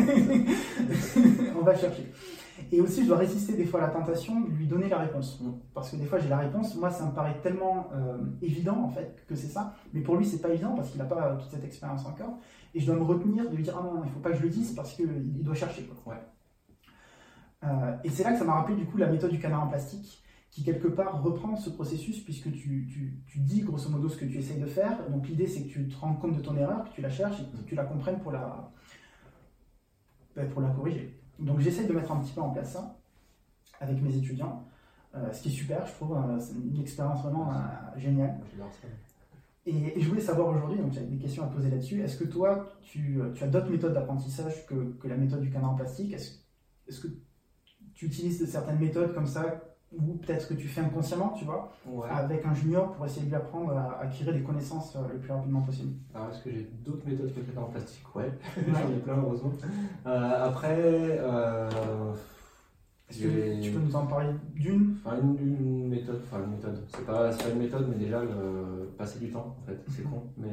on va chercher. Et aussi, je dois résister des fois à la tentation de lui donner la réponse. Parce que des fois, j'ai la réponse, moi, ça me paraît tellement évident, en fait, que c'est ça. Mais pour lui, c'est pas évident parce qu'il n'a pas toute cette expérience encore. Et je dois me retenir de lui dire, ah non, il ne faut pas que je le dise parce qu'il doit chercher. Quoi. Ouais. Et c'est là que ça m'a rappelé, du coup, la méthode du canard en plastique, qui quelque part reprend ce processus puisque tu dis grosso modo ce que tu essayes de faire. Donc l'idée c'est que tu te rends compte de ton erreur, que tu la cherches et que tu la comprennes pour la corriger. Donc j'essaie de mettre un petit peu en place ça avec mes étudiants, ce qui est super, je trouve, c'est une expérience vraiment géniale. Et je voulais savoir aujourd'hui, donc j'avais des questions à te poser là-dessus, est-ce que toi tu as d'autres méthodes d'apprentissage que la méthode du canard en plastique? Est-ce que tu utilises certaines méthodes comme ça, ou peut-être que tu fais inconsciemment, tu vois, avec un junior pour essayer de lui apprendre à acquérir des connaissances le plus rapidement possible? Alors, est-ce que j'ai d'autres méthodes que le canard en plastique? Ouais, j'en ai plein, heureusement. Après, est-ce que tu peux nous en parler d'une? Une méthode, c'est pas une méthode, mais déjà passer du temps, en fait, c'est con. Mais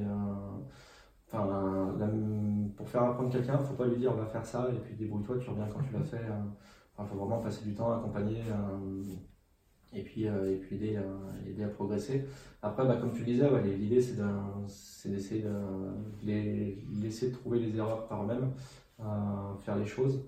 pour faire apprendre quelqu'un, il ne faut pas lui dire on va faire ça et puis débrouille-toi, tu reviens quand tu l'as fait. Il faut vraiment passer du temps, accompagner et puis aider à progresser. Après, comme tu disais, l'idée c'est d'essayer de les laisser trouver les erreurs par eux-mêmes. faire les choses.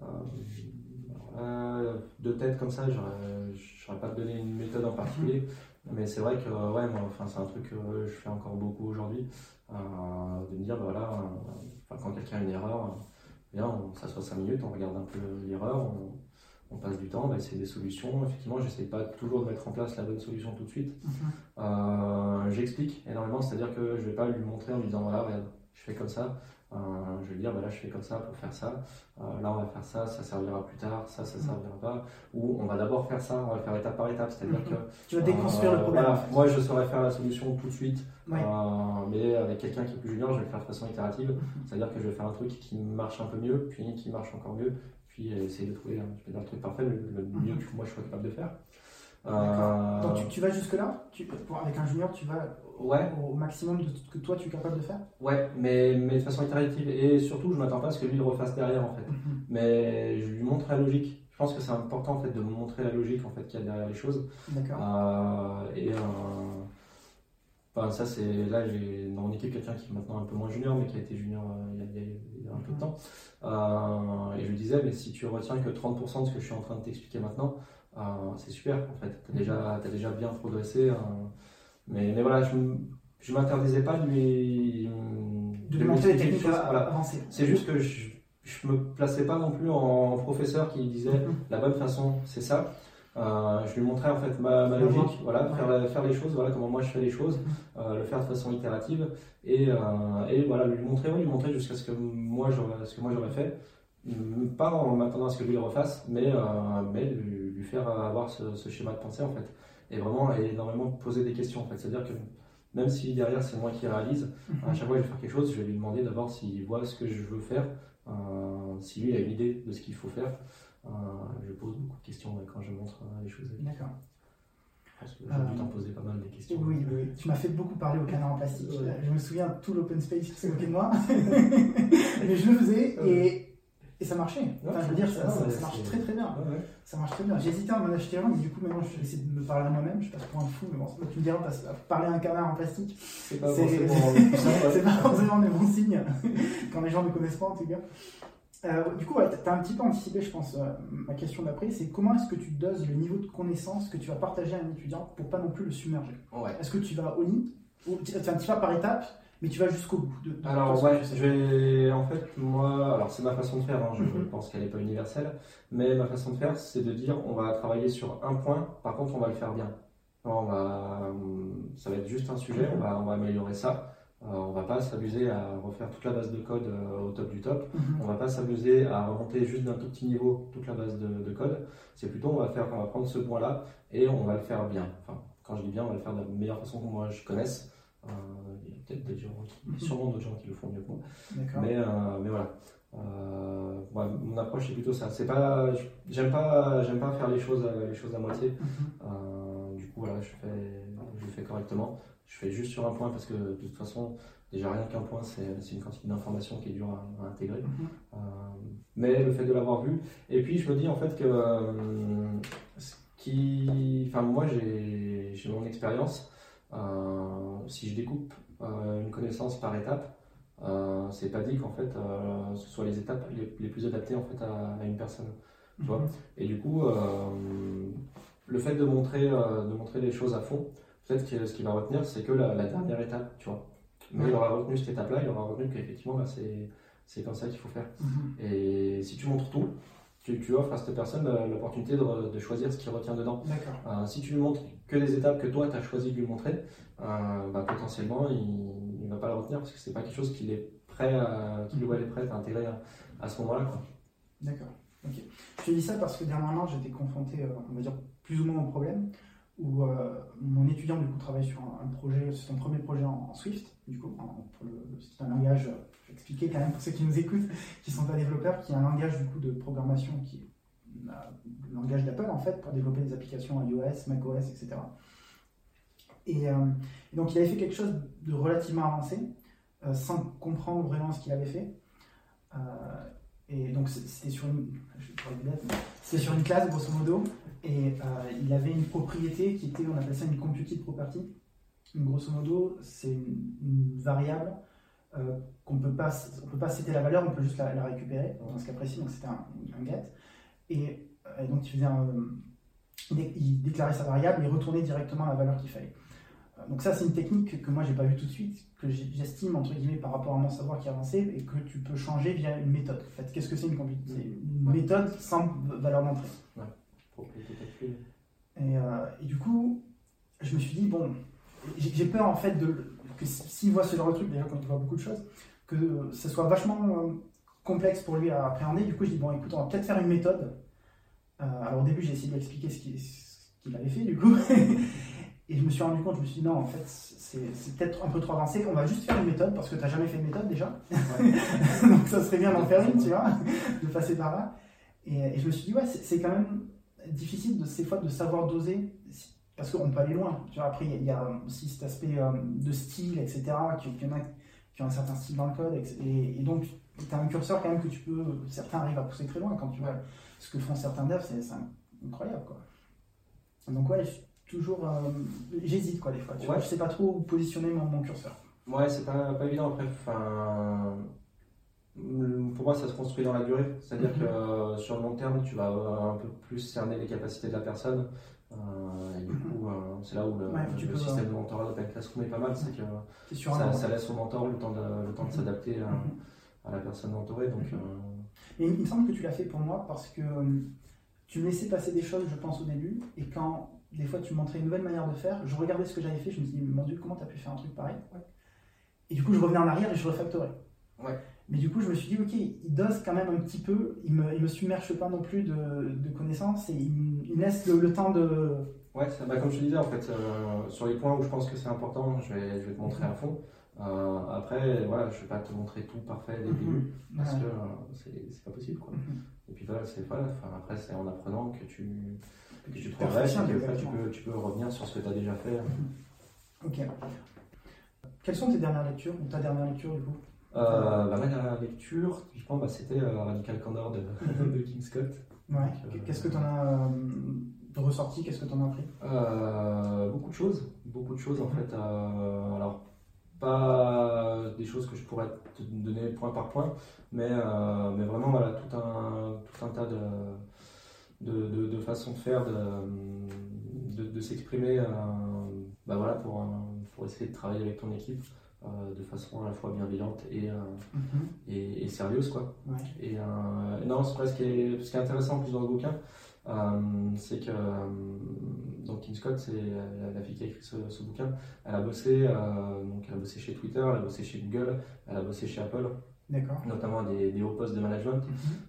De tête comme ça, je n'aurais pas donné une méthode en particulier, mais c'est vrai que ouais, moi, c'est un truc que je fais encore beaucoup aujourd'hui, de me dire voilà, quand quelqu'un a une erreur, bien, on s'assoit 5 minutes, on regarde un peu l'erreur, on passe du temps, on va essayer des solutions. Effectivement, je n'essaie pas toujours de mettre en place la bonne solution tout de suite. J'explique énormément, c'est-à-dire que je ne vais pas lui montrer en lui disant voilà, regarde, je fais comme ça. Je vais lui dire, là je fais comme ça pour faire ça, là on va faire ça, ça servira plus tard, ça servira pas, ou on va d'abord faire ça, on va le faire étape par étape, c'est-à-dire que tu vas déconstruire le problème. Voilà, en fait. Moi je saurais faire la solution tout de suite, ouais. Mais avec quelqu'un qui est plus junior, je vais le faire de façon itérative, c'est-à-dire que je vais faire un truc qui marche un peu mieux, puis qui marche encore mieux, puis essayer de trouver le truc parfait, le mieux que moi je sois capable de faire. Donc tu vas jusque là avec un junior, tu vas au maximum de ce que toi tu es capable de faire. Ouais, mais de façon itérative. Et surtout, je ne m'attends pas à ce que lui le refasse derrière en fait. Mais je lui montre la logique. Je pense que c'est important en fait de me montrer la logique en fait qu'il y a derrière les choses. D'accord. Ça c'est là j'ai dans mon équipe quelqu'un qui est maintenant un peu moins junior mais qui a été junior il y a un peu de temps. Et je lui disais mais si tu retiens que 30% de ce que je suis en train de t'expliquer maintenant, c'est super en fait. T'as déjà bien progressé. Mais voilà, je m'interdisais pas de lui montrer les techniques avancées. C'est juste que je me plaçais pas non plus en professeur qui disait la bonne façon c'est ça. Je lui montrais en fait ma logique, voilà, faire les choses, voilà comment moi je fais les choses, le faire de façon itérative et voilà lui montrer jusqu'à ce que moi j'aurais fait, pas en m'attendant à ce que lui le refasse, mais lui faire avoir ce schéma de pensée en fait. Et vraiment énormément poser des questions en fait, c'est-à-dire que même si derrière c'est moi qui réalise, à chaque fois que je vais faire quelque chose, je vais lui demander d'abord s'il voit ce que je veux faire, si lui a une idée de ce qu'il faut faire. Je pose beaucoup de questions quand je montre les choses. D'accord. Je pense que j'ai dû t'en poser pas mal des questions. Oui, tu m'as fait beaucoup parler au canard en plastique. Je me souviens de tout l'open space qui se moquait de moi, mais je le faisais et ça marchait. Je veux dire, ça marche très très bien. Ouais. Ça marche très bien. J'ai hésité à m'en acheter un, mais du coup maintenant je vais essayer de me parler à moi-même. Je passe pour un fou, mais bon, tu me diras, parler à un canard en plastique, c'est pas forcément des bons signes quand les gens ne me connaissent pas en tout cas. Du coup, tu as un petit peu anticipé, je pense, ma question d'après, c'est comment est-ce que tu doses le niveau de connaissance que tu vas partager à un étudiant pour pas non plus le submerger. Est-ce que tu vas au lit ou tu vas par étapes, mais tu vas jusqu'au bout alors en fait moi, alors c'est ma façon de faire, je pense qu'elle n'est pas universelle, mais ma façon de faire c'est de dire on va travailler sur un point, par contre on va le faire bien. Ça va être juste un sujet, on va améliorer ça. On va pas s'amuser à refaire toute la base de code au top du top. On va pas s'amuser à remonter juste d'un tout petit niveau toute la base de code. C'est plutôt on va prendre ce point-là et on va le faire bien. Enfin, quand je dis bien, on va le faire de la meilleure façon que moi je connaisse. Il y a peut-être sûrement d'autres gens qui le font mieux que moi. Mais voilà. Mon approche c'est plutôt ça. C'est pas, j'aime pas faire les choses à moitié. Du coup voilà, je le fais correctement. Je fais juste sur un point parce que de toute façon, déjà rien qu'un point, c'est une quantité d'informations qui est dure à intégrer. Mais le fait de l'avoir vu, et puis je me dis en fait que moi j'ai mon expérience. Si je découpe une connaissance par étape, c'est pas dit qu'en fait ce soit les étapes les plus adaptées en fait à une personne. Tu vois. Et du coup, le fait de montrer les choses à fond. Peut-être que ce qu'il va retenir, c'est que la dernière étape, tu vois. Mais il aura retenu cette étape-là, il aura retenu qu'effectivement, c'est comme ça qu'il faut faire. Et si tu montres tout, tu offres à cette personne l'opportunité de choisir ce qu'il retient dedans. Si tu lui montres que les étapes que toi, tu as choisi de lui montrer, potentiellement, il ne va pas la retenir parce que ce n'est pas quelque chose qu'il est prêt à intégrer à ce moment-là. Quoi. D'accord. Ok. Je te dis ça parce que dernièrement, j'étais confronté, on va dire, plus ou moins au problème. Où mon étudiant du coup travaille sur un projet, c'est son premier projet en Swift, du coup, c'est un langage, je vais expliquer quand même pour ceux qui nous écoutent, qui ne sont pas développeurs, qui est un langage du coup de programmation qui est le langage d'Apple en fait pour développer des applications iOS, macOS, etc. Et donc il avait fait quelque chose de relativement avancé, sans comprendre vraiment ce qu'il avait fait. Et donc c'était sur une classe grosso modo. Et il avait une propriété qui était, on appelle ça une computed property. Grosso modo, c'est une variable qu'on peut pas céder la valeur, on peut juste la récupérer, dans ce cas précis, donc c'était un get. Et donc il déclarait sa variable et retournait directement la valeur qu'il fallait. Donc ça, c'est une technique que moi, j'ai pas vue tout de suite, que j'estime, entre guillemets, par rapport à mon savoir qui est avancé, et que tu peux changer via une méthode. En fait, qu'est-ce que c'est une méthode sans valeur d'entrée. Ouais, propriété calculée. Et du coup, je me suis dit, bon, j'ai peur, en fait, que s'il voit ce genre de truc, déjà, quand il voit beaucoup de choses, que ce soit vachement complexe pour lui à appréhender. Du coup, je dis, bon, écoute, on va peut-être faire une méthode. Alors, au début, j'ai essayé de lui expliquer ce qu'il avait fait, du coup. Et je me suis rendu compte, je me suis dit non, en fait, c'est peut-être un peu trop avancé. On va juste faire une méthode parce que tu n'as jamais fait de méthode déjà. Ouais. Donc ça serait bien d'en faire une, tu vois, de passer par là. Et je me suis dit, ouais, c'est quand même difficile ces fois de savoir doser parce qu'on peut aller loin. Tu vois, après, il y a aussi cet aspect de style, etc. qu'il y en a qui ont un certain style dans le code. Et donc, tu as un curseur quand même que certains arrivent à pousser très loin. Quand tu vois ce que font certains devs, c'est incroyable, quoi. Donc, ouais, toujours j'hésite quoi des fois, tu vois, je sais pas trop où positionner mon curseur. Ouais, c'est pas évident après. Enfin, pour moi, ça se construit dans la durée, c'est-à-dire que sur le long terme, tu vas un peu plus cerner les capacités de la personne. Et du coup, c'est là où le système de mentorat d'Open Classroom est pas mal, c'est que ça laisse au mentor le temps de s'adapter à la personne mentorée. Donc, Et il me semble que tu l'as fait pour moi parce que tu me laissais passer des choses, je pense, au début, et quand des fois tu me montrais une nouvelle manière de faire, je regardais ce que j'avais fait, je me disais, mon Dieu, comment tu as pu faire un truc pareil? Et du coup, je revenais en arrière et je refactorais. Ouais. Mais du coup, je me suis dit, ok, il dose quand même un petit peu, il me submerge pas non plus de connaissances et il laisse le temps de... Ouais, comme je te disais, en fait, sur les points où je pense que c'est important, je vais te montrer à fond. Après, voilà, je vais pas te montrer tout parfait dès le début, parce que c'est pas possible, quoi. Et puis voilà, après, c'est en apprenant que tu progresses et que tu peux revenir sur ce que tu as déjà fait. Ok. Quelles sont tes dernières lectures, ou ta dernière lecture, du coup? Ma dernière lecture, typiquement, c'était Radical Candor de Kim Scott. Ouais. Qu'est-ce que tu en as ressorti? Qu'est-ce que tu en as appris? Beaucoup de choses en fait. Alors, pas des choses que je pourrais te donner point par point, mais vraiment voilà, tout un tas de façons de faire, de s'exprimer voilà, pour essayer de travailler avec ton équipe de façon à la fois bienveillante et sérieuse, quoi. Ouais. Et non, ce qui est intéressant en plus dans le bouquin, c'est que donc Kim Scott, c'est la fille qui a écrit ce bouquin. Elle a bossé chez Twitter, elle a bossé chez Google, elle a bossé chez Apple. D'accord. Notamment des hauts postes de management.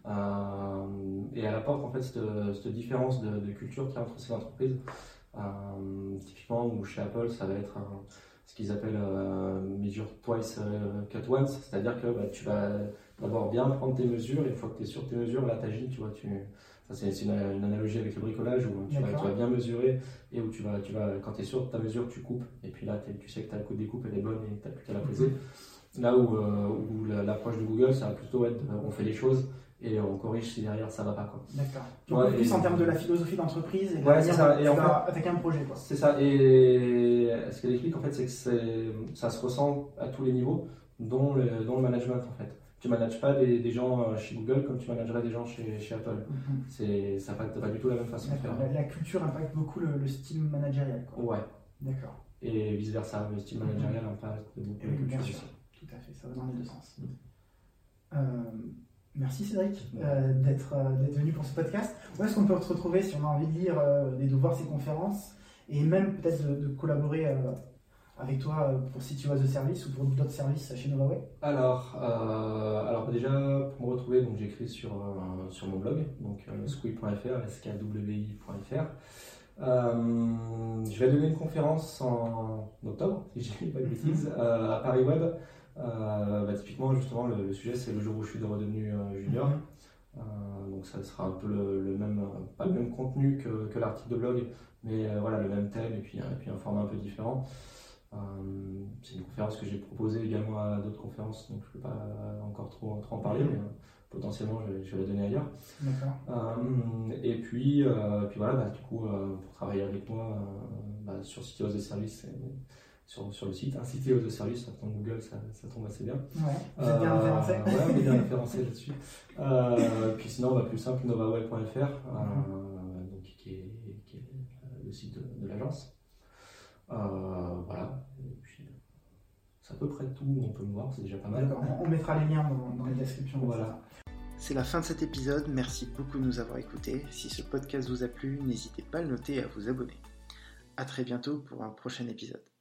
Et elle apporte en fait cette différence de culture qu'il y a entre ces entreprises. Typiquement, où chez Apple, ça va être ce qu'ils appellent measure twice, cut once, c'est-à-dire que tu vas d'abord bien prendre tes mesures, et une fois que tu es sur tes mesures, là, t'agis, tu vois, c'est une analogie avec le bricolage où tu vas bien mesurer et où tu vas quand tu es sûr de ta mesure, tu coupes, et puis là, tu sais que ta découpe elle est bonne et tu n'as plus qu'à la poser. Là où l'approche de Google, ça va plutôt être on fait les choses et on corrige si derrière ça va pas, quoi. D'accord. Donc plus en termes de la philosophie d'entreprise et de la manière dont tu vas attaquer un projet, quoi. C'est ça. Et ce qu'elle explique en fait, c'est que ça se ressent à tous les niveaux, dont le management en fait. Tu manages pas des gens chez Google comme tu managerais des gens chez Apple. Ça impacte pas du tout la même façon de faire. La culture impacte beaucoup le style managérial, quoi. Ouais. D'accord. Et vice versa, le style managérial impacte beaucoup la culture. Bien sûr. Tout à fait, ça va dans les deux sens. Merci Cédric d'être venu pour ce podcast. Où est-ce qu'on peut te retrouver si on a envie de lire et de voir ces conférences et même peut-être de collaborer avec toi pour CTO as a Service ou pour d'autres services chez Novaway? Alors déjà, pour me retrouver, donc j'écris sur mon blog, donc squi.fr, skwi.fr. Je vais donner une conférence en octobre, si je ne dis pas de bêtises, à Paris Web. Typiquement, justement, le sujet, c'est le jour où je suis redevenu junior. Donc ça sera un peu le même, pas le même contenu que l'article de blog, mais voilà, le même thème et puis un format un peu différent. C'est une conférence que j'ai proposée également à d'autres conférences, donc je ne peux pas encore trop en parler, mais potentiellement je vais la donner ailleurs. D'accord. Et puis voilà, du coup, pour travailler avec moi sur CTO as a Service, sur le site. Incité Autoservice, dans Google, ça tombe assez bien. Ouais, vous êtes bien référencé. Ouais, on est bien référencé là-dessus. Puis sinon, plus simple, novaway.fr, donc, qui est le site de l'agence. Voilà. Et puis, c'est à peu près tout où on peut me voir, c'est déjà pas mal. D'accord, on mettra les liens dans les descriptions. Voilà. C'est la fin de cet épisode, merci beaucoup de nous avoir écoutés. Si ce podcast vous a plu, n'hésitez pas à le noter et à vous abonner. À très bientôt pour un prochain épisode.